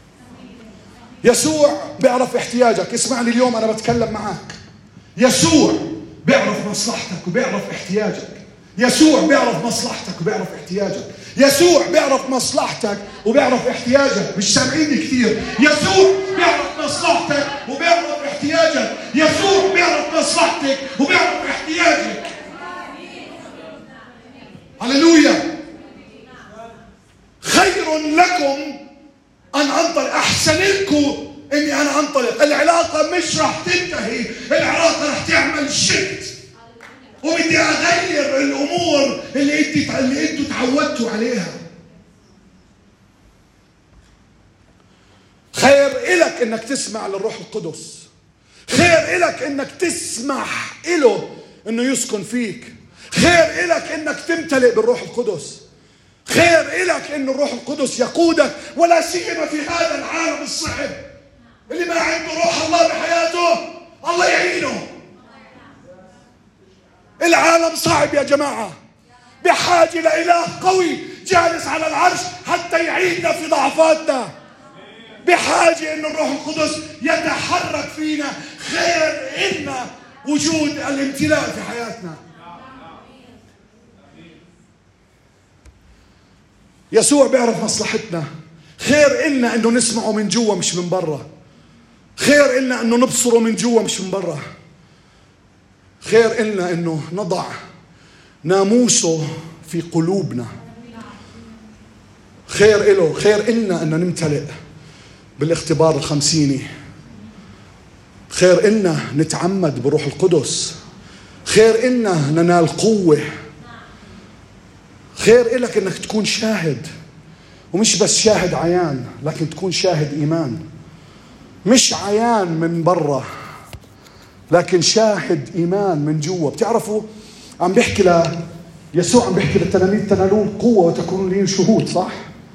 يسوع بيعرف احتياجك. اسمعني اليوم أنا بتكلم معك. يسوع بيعرف مصلحتك وبيعرف احتياجك. يسوع بيعرف مصلحتك وبيعرف احتياجك. يسوع بيعرف مصلحتك وبيعرف احتياجك. مش سامعيني كثير. يسوع بيعرف مصلحتك وبيعرف احتياجك. يسوع بيعرف مصلحتك وبيعرف احتياجك. هللويا. خير لكم أن أنطلق، أحسن لكم إني أنا أنطلق. العلاقة مش راح تنتهي، العلاقة راح تعمل شت، وبدي أغير الأمور اللي أنتوا تعودتوا عليها. خير إلك إنك تسمع للروح القدس، خير إلك إنك تسمح إله إنه يسكن فيك، خير إلك إنك تمتلئ بالروح القدس، خير إلك إن الروح القدس يقودك، ولا سيما في هذا العالم الصعب اللي ما عنده روح الله بحياته. الله يعينه. العالم صعب يا جماعة، بحاجة لإله قوي جالس على العرش حتى يعيننا في ضعفاتنا، بحاجة إن الروح القدس يتحرك فينا. خير إلنا وجود الامتلاء في حياتنا. يسوع بيعرف مصلحتنا. خير إلنا إنه نسمعه من جوا مش من برا، خير إلنا إنه نبصره من جوا مش من برا، خير إلنا إنه نضع ناموسه في قلوبنا. خير إله، خير إلنا إنه نمتلئ بالاختبار الخمسيني، خير إلنا نتعمد بروح القدس، خير إلنا ننال قوة، خير إلك إنك تكون شاهد، ومش بس شاهد عيان لكن تكون شاهد إيمان، مش عيان من برا لكن شاهد إيمان من جوا. بتعرفوا عم بيحكي يسوع عم بيحكي للتلاميذ تنالون قوة وتكونوا لي شهود، صح؟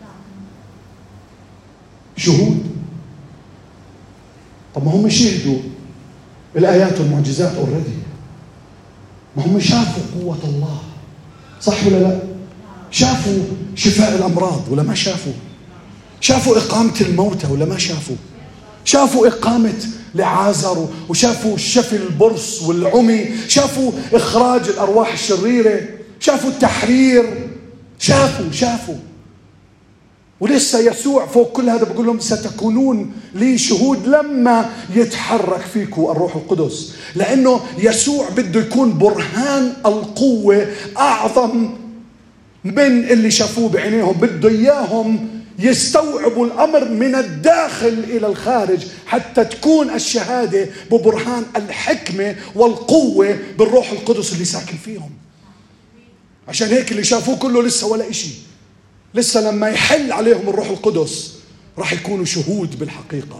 شهود. طب ما هم شهدوا الآيات والمعجزات أوريدي، ما هم شافوا قوة الله، صح ولا لا؟ شافوا شفاء الأمراض ولا ما شافوا؟ شافوا إقامة الموتى ولا ما شافوا؟ شافوا إقامة لعازر، وشافوا شفي البرص والعمي، شافوا إخراج الأرواح الشريرة، شافوا التحرير، شافوا. ولسه يسوع فوق كل هذا بقول لهم ستكونون لي شهود لما يتحرك فيكم الروح القدس، لأنه يسوع بده يكون برهان القوة أعظم من اللي شافوه بعينيهم. بده إياهم يستوعبوا الأمر من الداخل إلى الخارج حتى تكون الشهادة ببرهان الحكمة والقوة بالروح القدس اللي ساكن فيهم. عشان هيك اللي شافوه كله لسه ولا إشي، لسه لما يحل عليهم الروح القدس راح يكونوا شهود بالحقيقة.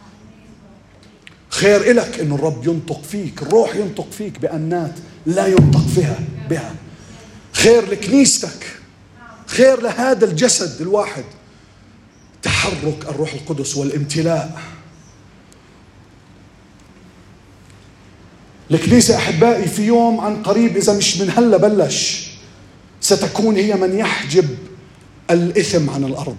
خير إلك إنه الرب ينطق فيك، الروح ينطق فيك بأنات لا ينطق بها. خير لكنيستك، خير لهذا الجسد الواحد، تحرك الروح القدس والامتلاء. الكنيسة أحبائي في يوم عن قريب، إذا مش من هلا بلش، ستكون هي من يحجب الإثم عن الأرض.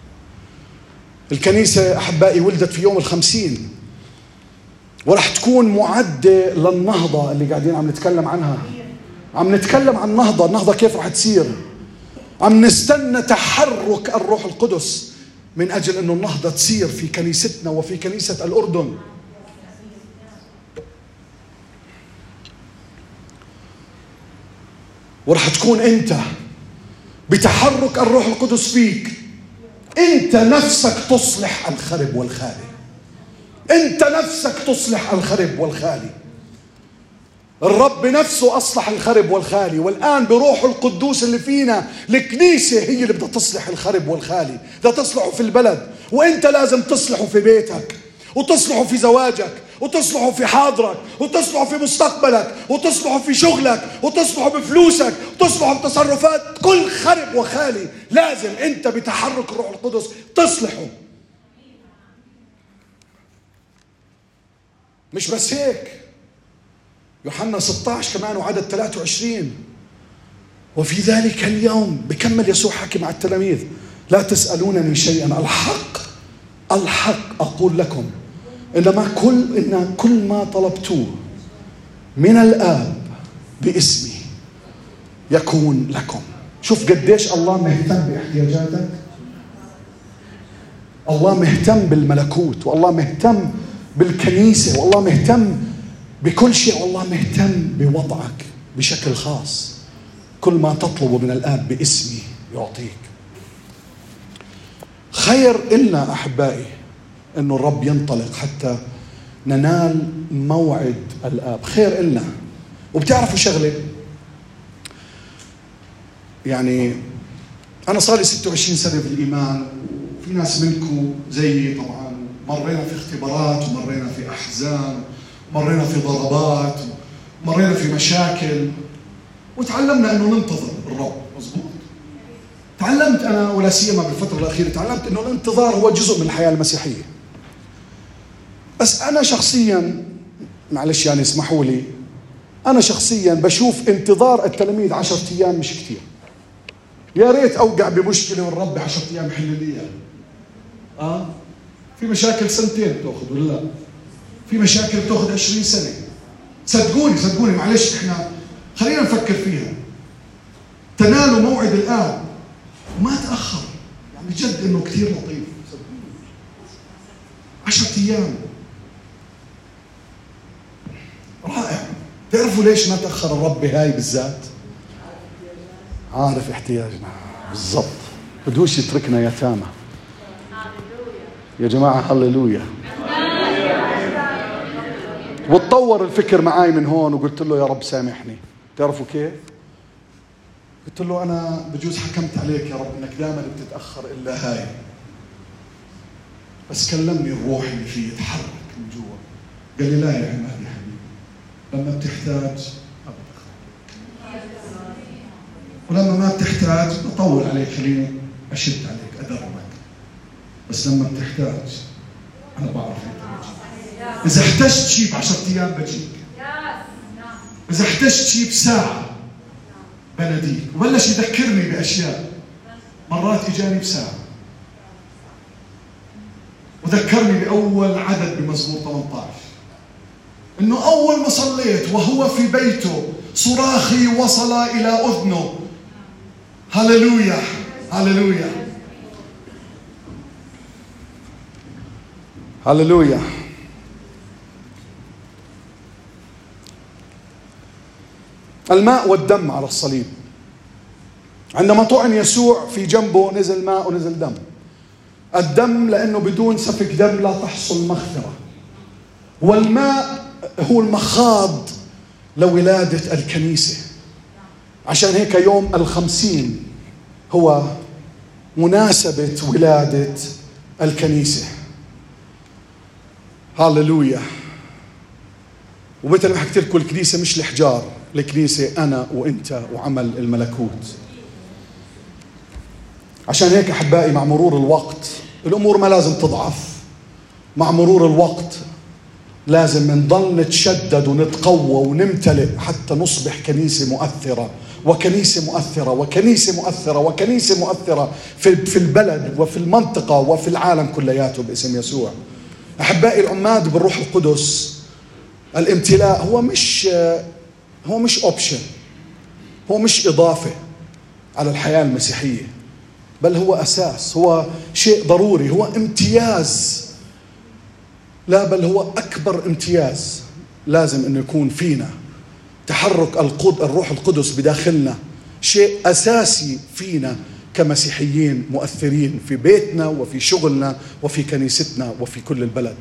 الكنيسة أحبائي ولدت في يوم 50، ورح تكون معدة للنهضة اللي قاعدين عم نتكلم عنها. عم نتكلم عن النهضة كيف رح تصير. عم نستنى تحرك الروح القدس من أجل أنه النهضة تصير في كنيستنا وفي كنيسة الأردن. ورح تكون أنت بتحرك الروح القدس فيك، أنت نفسك تصلح الخرب والخالي، أنت نفسك تصلح الخرب والخالي. الرب نفسه أصلح الخرب والخالي، والآن بروح القدوس اللي فينا الكنيسة هي اللي بدها تصلح الخرب والخالي، بدها تصلحه في البلد، وأنت لازم تصلحه في بيتك، وتصلحه في زواجك، وتصلحه في حاضرك، وتصلحه في مستقبلك، وتصلحه في شغلك، وتصلحه بفلوسك، وتصلحه بتصرفات. كل خرب وخالي لازم أنت بتحرك الروح القدس تصلحه. مش بس هيك، يوحنا 16 كمان وعدد 23، وفي ذلك اليوم بكمل يسوع حكي مع التلاميذ: لا تسألونني شيئا، الحق أقول لكم إن كل ما طلبتوه من الآب باسمي يكون لكم. شوف قديش الله مهتم باحتياجاتك، الله مهتم بالملكوت، والله مهتم بالكنيسة، والله مهتم بكل شيء، والله مهتم بوضعك بشكل خاص. كل ما تطلب من الآب باسمي يعطيك. خير إلنا أحبائي إنه الرب ينطلق حتى ننال موعد الآب، خير إلنا. وبتعرفوا شغلة، يعني أنا صار لي 26 سنة بالإيمان، وفي ناس منكم زيي طبعا مرينا في اختبارات ومرينا في أحزان ومرينا في ضربات ومرينا في مشاكل، وتعلمنا أنه ننتظر الرب. مظبوط. تعلمت أنا ولا سيما بالفترة الأخيرة تعلمت أنه الانتظار هو جزء من الحياة المسيحية. بس أنا شخصيا، معلش يعني اسمحوا لي، أنا شخصيا بشوف انتظار التلاميذ 10 أيام مش كتير. يا ريت أوقع بمشكلة والرب 10 أيام يحل لي إياها. في مشاكل سنتين بتاخذ ولا لا؟ في مشاكل بتاخذ 20 سنة. صدقوني معلش، احنا خلينا نفكر فيها. تنالوا موعد الآب وما تأخر، يعني جد إنه كثير لطيف. 10 أيام رائع. تعرفوا ليش ما تأخر الرب بهاي بالذات؟ عارف احتياجنا بالضبط، بدوش يتركنا يتامى. يا جماعة هللويا. وتطور الفكر معاي من هون، وقلت له يا رب سامحني. تعرفوا كيف؟ قلت له أنا بجوز حكمت عليك يا رب إنك دائما بتتأخر إلا هاي، بس كلمني الروح اللي فيه يتحرك من جوا. قال لي لا يا عماد يا حبيبي، لما بتحتاج ما بتأخر، ولما ما بتحتاج بطول عليك، خليني أشد عليك أدربك، بس لما بتحتاج أنا بعرف أنت بجيك. إذا احتجت شيء ب10 أيام بجيك، إذا احتجت شيء بساعة بناديك. وبلش يذكرني بأشياء مرات إجاني بساعة، وذكرني بأول عدد بمزمور 18 إنه أول ما صليت وهو في بيته صراخي وصل إلى أذنه. هللويا هللويا هللويا. الماء والدم على الصليب، عندما طعن يسوع في جنبه نزل ماء ونزل دم. الدم لأنه بدون سفك دم لا تحصل مغفرة، والماء هو المخاض لولادة الكنيسة. عشان هيك يوم 50 هو مناسبة ولادة الكنيسة. هاللويا. ومثل ما حكيت لكم الكنيسة مش الحجار، الكنيسة أنا وإنت وعمل الملكوت. عشان هيك أحبائي مع مرور الوقت الأمور ما لازم تضعف. مع مرور الوقت لازم نضل نتشدد ونتقوى ونمتلئ حتى نصبح كنيسة مؤثرة، وكنيسة مؤثرة وكنيسة مؤثرة وكنيسة مؤثرة في البلد وفي المنطقة وفي العالم كلياته باسم يسوع. أحبائي العماد بالروح القدس، الامتلاء هو مش اوبشن، هو مش إضافة على الحياة المسيحية، بل هو أساس، هو شيء ضروري، هو امتياز. لا بل هو أكبر امتياز لازم أنه يكون فينا. تحرك الروح القدس بداخلنا شيء أساسي فينا كمسيحيين مؤثرين في بيتنا وفي شغلنا وفي كنيستنا وفي كل البلد.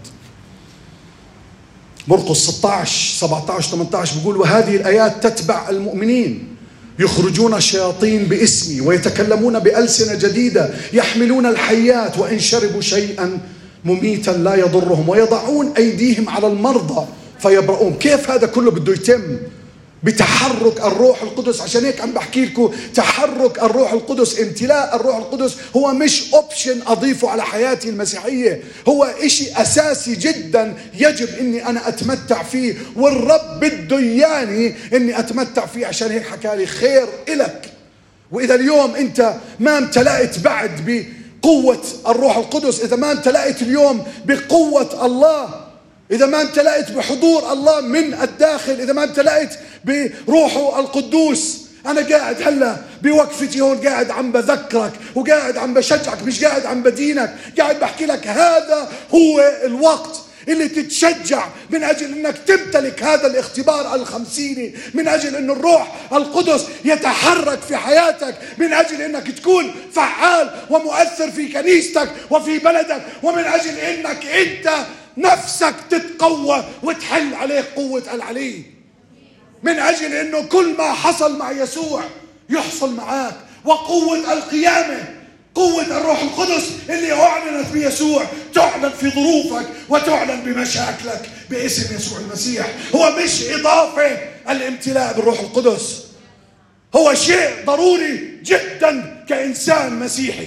مرقس 16 17 18 بيقول وهذه الآيات تتبع المؤمنين، يخرجون الشياطين باسمي ويتكلمون بألسنة جديدة، يحملون الحيات وإن شربوا شيئا مميتا لا يضرهم، ويضعون أيديهم على المرضى فيبرؤون. كيف هذا كله بده يتم؟ بتحرك الروح القدس. عشان هيك عم بحكي لكم تحرك الروح القدس، امتلاء الروح القدس هو مش اوبشن اضيفه على حياتي المسيحية، هو اشي اساسي جدا يجب اني انا اتمتع فيه، والرب بده اياني اني اتمتع فيه. عشان هيك حكى لي خير إلك. واذا اليوم انت ما امتلأت بعد بقوة الروح القدس، اذا ما امتلأت اليوم بقوة الله، إذا ما امتلأت بحضور الله من الداخل، إذا ما امتلأت بروحه القدوس، أنا قاعد هلا بوقفتي هون قاعد عم بذكرك وقاعد عم بشجعك، مش قاعد عم بدينك، قاعد بحكي لك هذا هو الوقت اللي تتشجع من أجل أنك تمتلك هذا الاختبار الخمسيني، من أجل أن الروح القدس يتحرك في حياتك، من أجل أنك تكون فعال ومؤثر في كنيستك وفي بلدك، ومن أجل أنك أنت نفسك تتقوى وتحل عليك قوة العلي، من أجل أنه كل ما حصل مع يسوع يحصل معاك، وقوة القيامة، قوة الروح القدس اللي أعلنت بيسوع تعلن في ظروفك وتعلن بمشاكلك باسم يسوع المسيح. هو مش إضافة، الامتلاء بالروح القدس هو شيء ضروري جدا كإنسان مسيحي.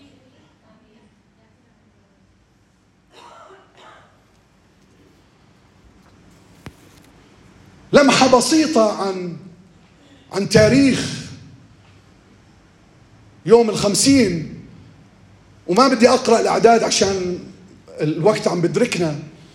لمحة بسيطة عن تاريخ يوم الخمسين، وما بدي أقرأ الأعداد عشان الوقت عم بدركنا.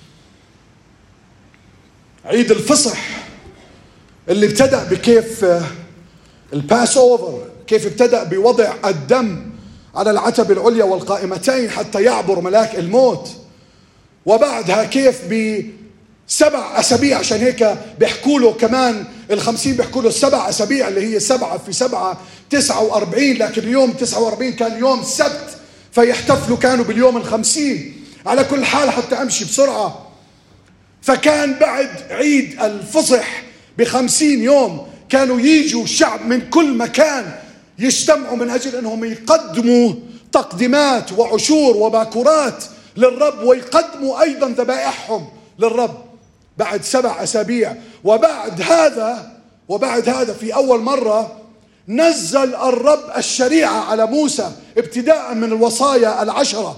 عيد الفصح اللي ابتدأ بكيف الباس أوفر، كيف ابتدأ بوضع الدم على العتبة العليا والقائمتين حتى يعبر ملاك الموت، وبعدها كيف ب7 أسابيع، عشان هيك بيحكوا له كمان ال50 بيحكوا له 7 أسابيع اللي هي 7 في 7 49، لكن اليوم 49 كان يوم سبت فيحتفلوا كانوا باليوم ال50. على كل حال حتى أمشي بسرعة، فكان بعد عيد الفصح ب50 يوم كانوا ييجوا شعب من كل مكان يجتمعوا من أجل أنهم يقدموا تقديمات وعشور وباكورات للرب، ويقدموا أيضا ذبائحهم للرب بعد 7 أسابيع. وبعد هذا في أول مرة نزل الرب الشريعة على موسى ابتداء من الوصايا ال10.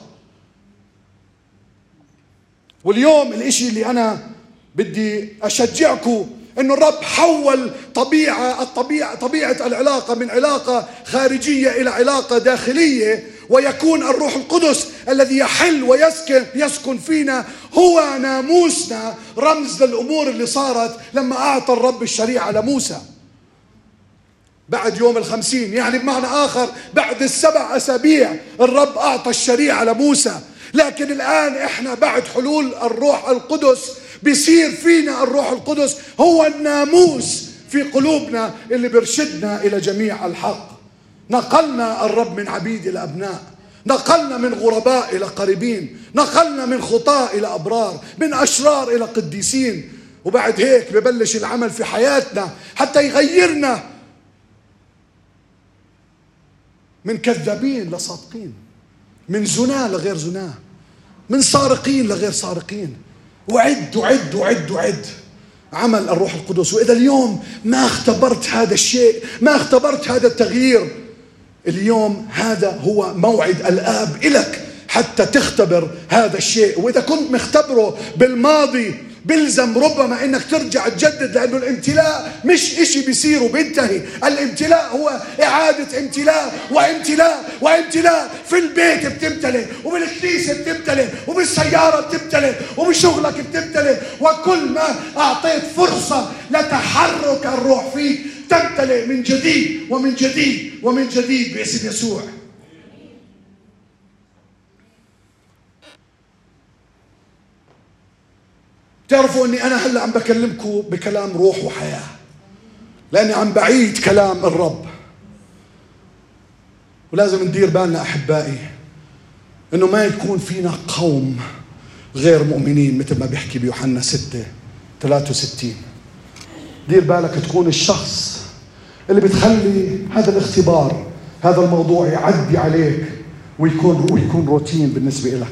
واليوم الاشي اللي أنا بدي أشجعكم إنه الرب حول طبيعة العلاقة من علاقة خارجية إلى علاقة داخلية، ويكون الروح القدس الذي يحل ويسكن فينا هو ناموسنا، رمز للأمور اللي صارت لما أعطى الرب الشريعة لموسى بعد يوم ال50. يعني بمعنى آخر بعد 7 أسابيع الرب أعطى الشريعة لموسى، لكن الآن إحنا بعد حلول الروح القدس بيصير فينا الروح القدس هو الناموس في قلوبنا اللي بيرشدنا إلى جميع الحق. نقلنا الرب من عبيد إلى أبناء، نقلنا من غرباء إلى قريبين، نقلنا من خطاة إلى أبرار، من أشرار إلى قديسين. وبعد هيك ببلش العمل في حياتنا حتى يغيرنا من كذابين لصادقين، من زنا لغير زنا، من سارقين لغير سارقين. وعد عمل الروح القدس. وإذا اليوم ما اختبرت هذا الشيء، ما اختبرت هذا التغيير، اليوم هذا هو موعد الآب إلك حتى تختبر هذا الشيء. وإذا كنت مختبره بالماضي بلزم ربما انك ترجع تجدد، لانه الامتلاء مش اشي بيصير وبينتهي. الامتلاء هو اعادة امتلاء وامتلاء وامتلاء. في البيت بتمتلئ، وبالكنيسة بتمتلئ، وبالسيارة بتمتلئ، وبشغلك بتمتلئ، وكل ما اعطيت فرصة لتحرك الروح فيك تمتلئ من جديد ومن جديد ومن جديد باسم يسوع. تعرفوا اني انا هلا عم بكلمكم بكلام روح وحياة، لاني عم بعيد كلام الرب. ولازم ندير بالنا احبائي انه ما يكون فينا قوم غير مؤمنين، مثل ما بيحكي بيوحنا 6:63. دير بالك تكون الشخص اللي بتخلي هذا الاختبار، هذا الموضوع يعدي عليك ويكون روتين بالنسبة لك.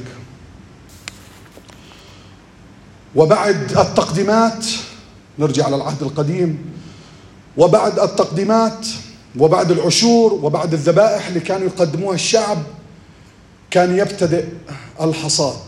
وبعد التقديمات نرجع للعهد القديم، وبعد التقديمات وبعد العشور وبعد الذبائح اللي كانوا يقدموها الشعب، كان يبتدئ الحصاد.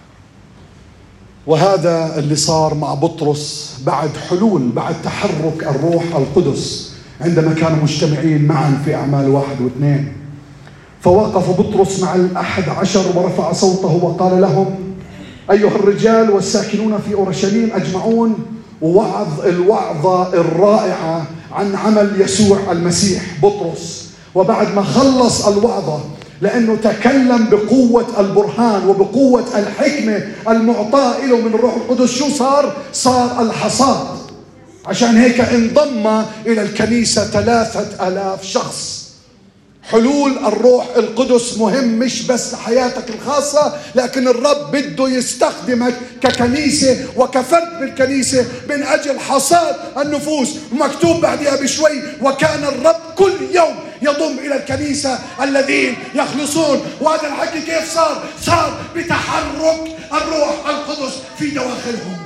وهذا اللي صار مع بطرس بعد بعد تحرك الروح القدس عندما كانوا مجتمعين معا في أعمال 1 و2. فوقف بطرس مع 11 ورفع صوته وقال لهم: أيها الرجال والساكنون في أورشليم أجمعون، ووعظ الوعظة الرائعة عن عمل يسوع المسيح بطرس. وبعد ما خلص الوعظة لأنه تكلم بقوة البرهان وبقوة الحكمة المعطاة له من الروح القدس. شو صار الحصاد. عشان هيك انضم إلى الكنيسة 3000 شخص. حلول الروح القدس مهم مش بس لحياتك الخاصة، لكن الرب بده يستخدمك ككنيسة وكفرد بالكنيسة من أجل حصاد النفوس. ومكتوب بعدها بشوي: وكان الرب كل يوم يضم إلى الكنيسة الذين يخلصون. وهذا الحكي كيف صار بتحرك الروح القدس في دواخلهم.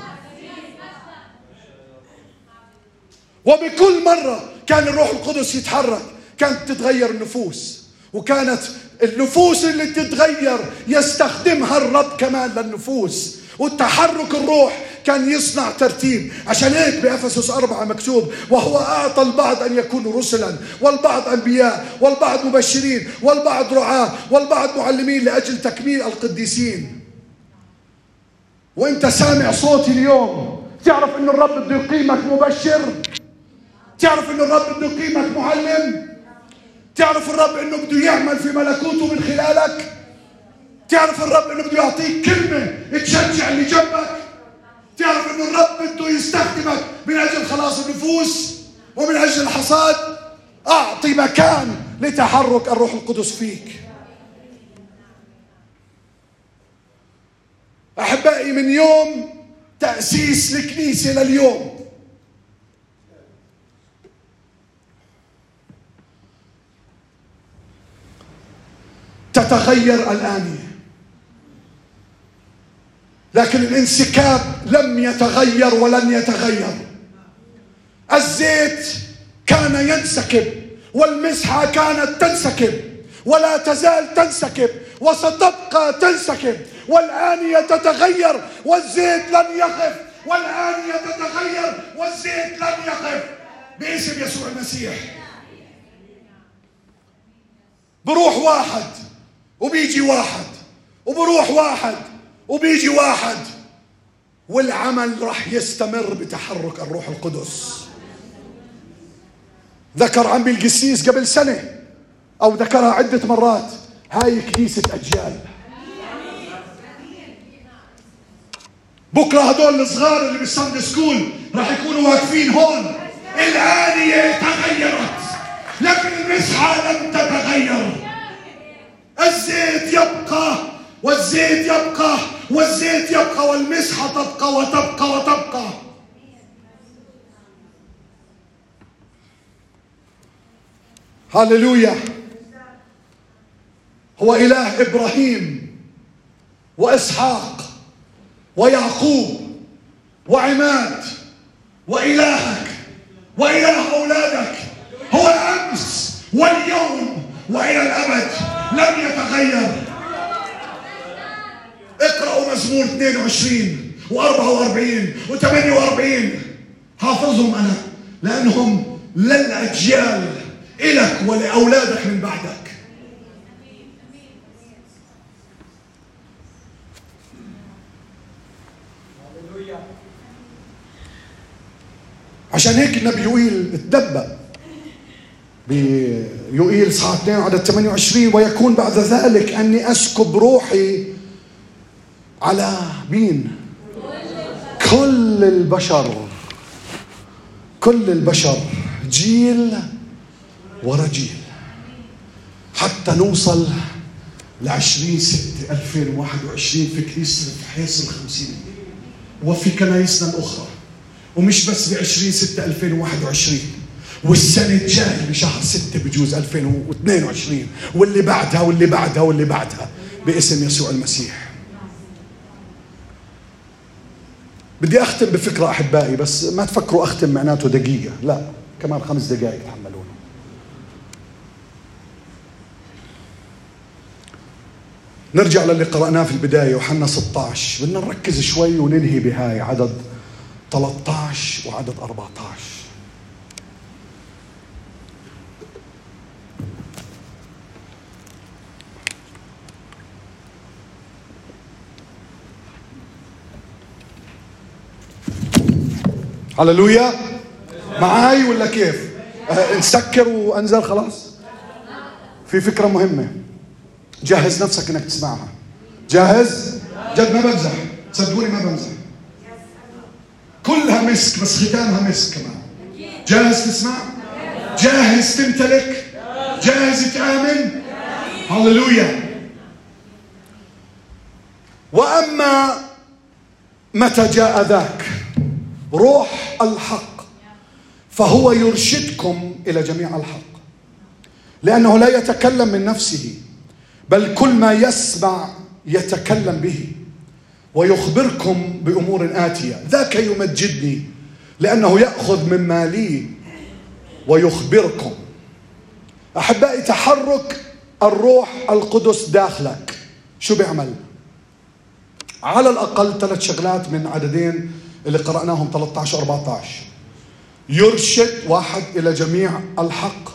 وبكل مرة كان الروح القدس يتحرك كانت تتغير النفوس، وكانت النفوس اللي تتغير يستخدمها الرب كمان للنفوس. والتحرك الروح كان يصنع ترتيب. عشان هيك بأفسس 4 مكتوب: وهو أعطى البعض أن يكونوا رسلا، والبعض أنبياء، والبعض مبشرين، والبعض رعاة، والبعض معلمين لأجل تكميل القديسين. وانت سامع صوتي اليوم تعرف ان الرب بده يقيمك مبشر، تعرف ان الرب بده يقيمك معلم، تعرف الرب انه بده يعمل في ملكوته من خلالك، تعرف الرب انه بده يعطيك كلمة تشجع اللي جنبك، تعرف انه الرب بده يستخدمك من اجل خلاص النفوس ومن اجل الحصاد. اعطي مكان لتحرك الروح القدس فيك. احبائي، من يوم تأسيس الكنيسة لليوم تتغير الآنية، لكن الانسكاب لم يتغير ولن يتغير. الزيت كان ينسكب، والمسحة كانت تنسكب ولا تزال تنسكب وستبقى تنسكب، والآنية تتغير والزيت لن يقف، والآنية تتغير والزيت لن يقف باسم يسوع المسيح. بروح واحد وبيجي واحد، وبروح واحد وبيجي واحد، والعمل راح يستمر بتحرك الروح القدس. ذكر عمي القسيس قبل سنة أو ذكرها عدة مرات: هاي كنيسة أجيال. بكرة هدول الصغار اللي بالساندي سكول راح يكونوا واقفين هون. الآنية تغيرت لكن المسحة لم تتغير. الزيت يبقى والزيت يبقى والزيت يبقى، والمسحة تبقى وتبقى وتبقى. هاليلويا. هو إله إبراهيم وإسحاق ويعقوب وعماد، وإلهك وإله أولادك هو أمس واليوم وإلى الأبد، لم يتغير. اقرأوا مزمور 22 و44 و48، حافظهم أنا لأنهم للأجيال، إلك ولأولادك من بعدك. عشان هيك النبي يوئيل اتدبأ بيوئيل صح 2 عدد 28: ويكون بعد ذلك أني أسكب روحي على مين؟ كل البشر. كل البشر، جيل ورا جيل، حتى نوصل ل20/6/2021 في كنيسة حيص ال50 وفي كنايسنا الأخرى. ومش بس ب20/6/2021، والسنة الجاية بشهر 6 بجوز 2022، واللي بعدها واللي بعدها واللي بعدها باسم يسوع المسيح. بدي أختم بفكرة أحبائي، بس ما تفكروا أختم معناته دقيقة، لا، كمان 5 دقائق تحملونا. نرجع للي قرأناه في البداية، يوحنا 16. بدنا نركز شوي وننهي بهاي عدد 13 وعدد 14. هللويا. معاي ولا كيف؟ نسكر وانزل خلاص؟ في فكرة مهمة. جهز نفسك انك تسمعها. جاهز؟ جد ما بمزح، صدقوني ما بمزح. كلها مسك بس ختامها مسك كمان. جاهز تسمع؟ جاهز تمتلك؟ جاهز تآمن؟ هللويا. وأما متى جاء ذاك روح الحق فهو يرشدكم إلى جميع الحق، لأنه لا يتكلم من نفسه بل كل ما يسمع يتكلم به ويخبركم بأمور آتية. ذاك يمجدني لأنه يأخذ مما لي ويخبركم. أحبائي، تحرك الروح القدس داخلك شو بيعمل؟ على الأقل 3 شغلات من عددين اللي قرأناهم 13-14. يرشد 1 إلى جميع الحق،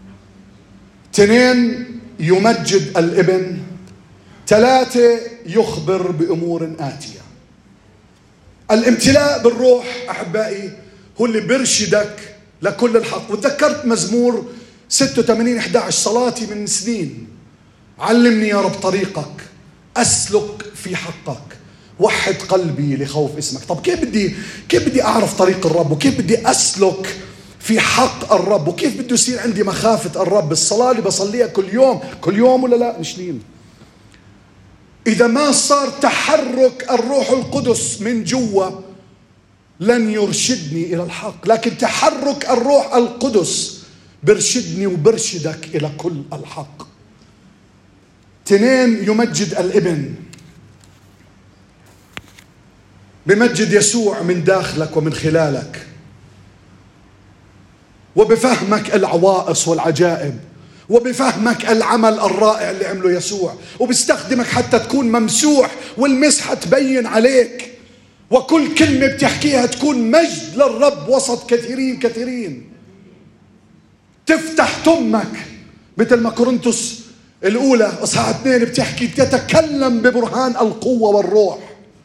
2 يمجد الابن، 3 يخبر بأمور آتية. الامتلاء بالروح أحبائي هو اللي بيرشدك لكل الحق. وتذكرت مزمور 86-11 صلاتي من سنين: علمني يا رب طريقك أسلك في حقك، وحد قلبي لخوف اسمك. طب كيف بدي أعرف طريق الرب؟ وكيف بدي أسلك في حق الرب؟ وكيف بده يصير عندي مخافة الرب؟ الصلاة اللي بصليها كل يوم ولا لا؟ نشلين. إذا ما صار تحرك الروح القدس من جوا لن يرشدني إلى الحق. لكن تحرك الروح القدس برشدني وبرشدك إلى كل الحق. 2 يمجد الابن، بمجد يسوع من داخلك ومن خلالك، وبفهمك العوائص والعجائب، وبفهمك العمل الرائع اللي عمله يسوع، وبستخدمك حتى تكون ممسوح والمسحة تبين عليك، وكل كلمة بتحكيها تكون مجد للرب وسط كثيرين. تفتح تمك مثل ما كورنثوس الأولى أصحاح 2 بتحكي تتكلم ببرهان القوة والروح.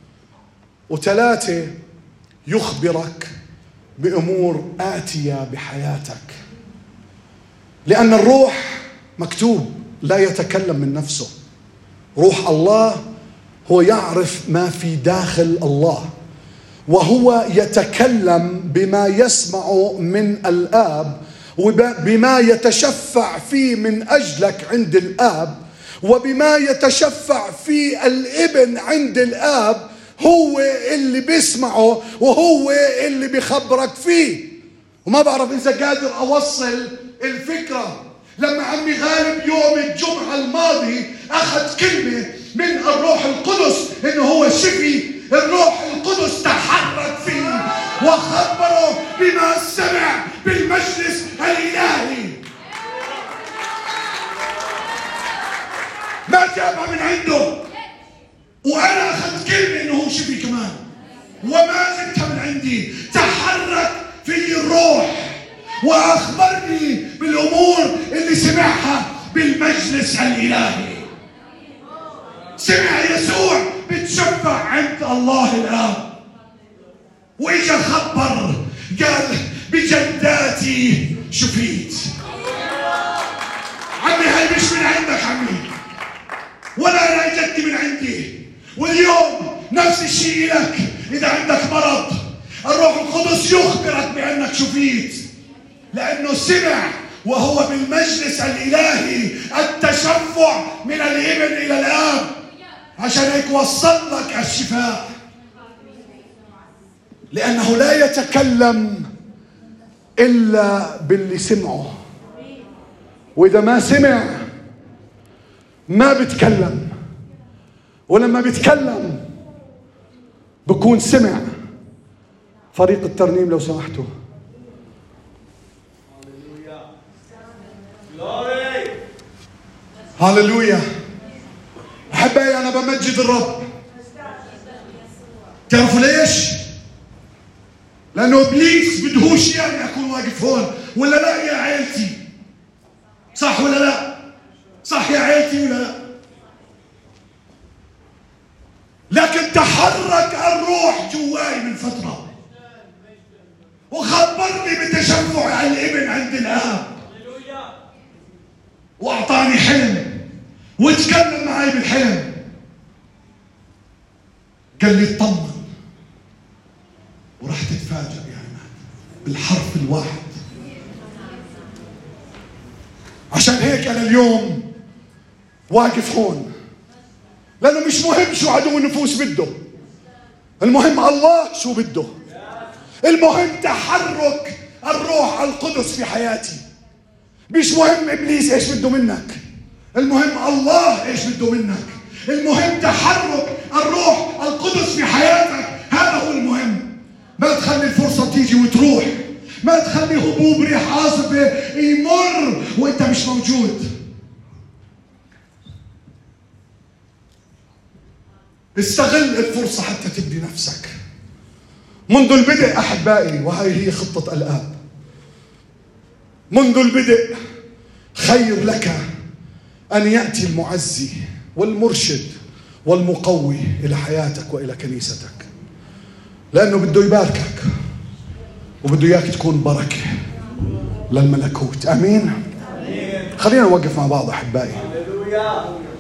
3 يخبرك بأمور آتية بحياتك، لأن الروح مكتوب لا يتكلم من نفسه. روح الله هو يعرف ما في داخل الله، وهو يتكلم بما يسمع من الآب وبما يتشفع فيه من أجلك عند الآب، وبما يتشفع فيه الابن عند الآب. هو اللي بيسمعه وهو اللي بيخبرك فيه. وما بعرف إذا قادر أوصل الفكرة. لما عمي غالب يوم الجمعة الماضي أخذ كلمة من الروح القدس إنه هو شفي، الروح القدس تحرك فيه وخبره بما سمع بالمجلس الإلهي. ما جابها من عنده، وأنا أخذت كلمة إنه هو شفي كمان، وما زدتها من عندي. تحرك في الروح وأخبرني بالأمور اللي سمعها بالمجلس الإلهي. سمع يسوع بتشفع عند الله الآب، وإجا خبر قال بجداتي شفيت. عمي هاي مش من عندك عمي، ولا أنا اجتي من عندي. واليوم نفس الشيء لك. إذا عندك مرض الروح القدس يخبرك بأنك شفيت، لأنه سمع وهو بالمجلس الإلهي التشفع من الابن إلى الآب، عشان هيك وصل لك الشفاء. لأنه لا يتكلم إلا باللي سمعه، وإذا ما سمع ما بتكلم، ولما بيتكلم بكون سمع. فريق الترنيم لو سمحتوا. هاللويا. أحبائي أنا بمجد الرب. تعرفوا ليش؟ لأنه إبليس بدهوش يعني أكون واقف هون ولا لا يا عيلتي؟ صح ولا لا؟ صح يا عيلتي ولا لا؟ لكن تحرك الروح جواي من فترة وخبرني بتشفع الابن عند الآب، وأعطاني حلم وتفسير تكلم معي بالحلم، قال لي اطمن وراح تتفاجأ يا عماد بالحرف الواحد. عشان هيك أنا اليوم واقف هون، لأنه مش مهم شو عدو النفوس بده، المهم الله شو بده. المهم تحرك الروح القدس في حياتي. مش مهم إبليس إيش بده منك، المهم الله إيش بده منك. المهم تحرك الروح القدس في حياتك، هذا هو المهم. ما تخلي الفرصة تيجي وتروح، ما تخلي هبوب ريح عاصفة يمر وانت مش موجود. استغل الفرصة حتى تبني نفسك منذ البدء أحبائي، وهي هي خطة الآب. منذ البدء خير لك أن يأتي المعزي والمرشد والمقوي إلى حياتك وإلى كنيستك، لأنه بده يباركك وبده إياك تكون بركة للملكوت. أمين. خلينا نوقف مع بعض أحبائي.